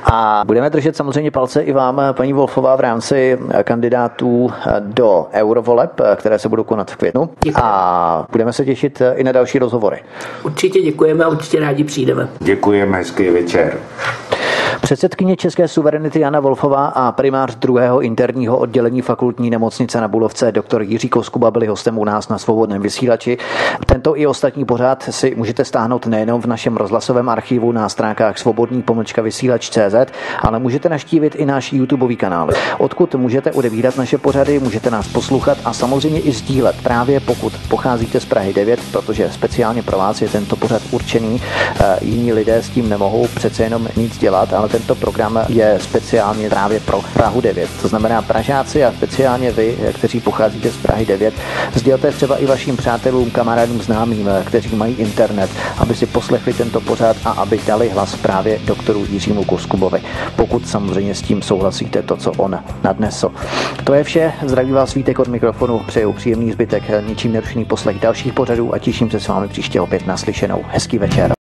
[SPEAKER 1] A budeme držet samozřejmě palce i vám, paní Wolfová, v rámci kandidátů do eurovoleb, které se budou konat v květnu. Děkuji. A budeme se těšit i na další rozhovory.
[SPEAKER 2] Určitě děkujeme a určitě rádi přijdeme.
[SPEAKER 3] Děkujeme, hezký večer.
[SPEAKER 1] Předsedkyně České suverenity Jana Wolfová a primář druhého interního oddělení fakultní nemocnice na Bulovce doktor Jiří Koskuba byli hostem u nás na Svobodném vysílači. Tento i ostatní pořad si můžete stáhnout nejenom v našem rozhlasovém archivu na stránkách svobodný pomlčka vysílač tečka cé zet, ale můžete navštívit i náš YouTubeový kanál, odkud můžete odebírat naše pořady, můžete nás poslouchat a samozřejmě i sdílet, právě pokud pocházíte z Prahy devět, protože speciálně pro vás je tento pořad určený. Jiní lidé s tím nemohou přece jenom nic dělat, ale tento program je speciálně právě pro Prahu devět. To znamená Pražáci a speciálně vy, kteří pocházíte z Prahy devět, sdělte třeba i vašim přátelům, kamarádům, známým, kteří mají internet, aby si poslechli tento pořad a aby dali hlas právě doktoru Jiřímu Koskubovi. Pokud samozřejmě s tím souhlasíte, to, co on nadnesl. To je vše. Zdraví vás Vítek od mikrofonu. Přeju příjemný zbytek, ničím nerušený poslech dalších pořadů a těším se s vámi příště opět naslyšenou. Hezký večer.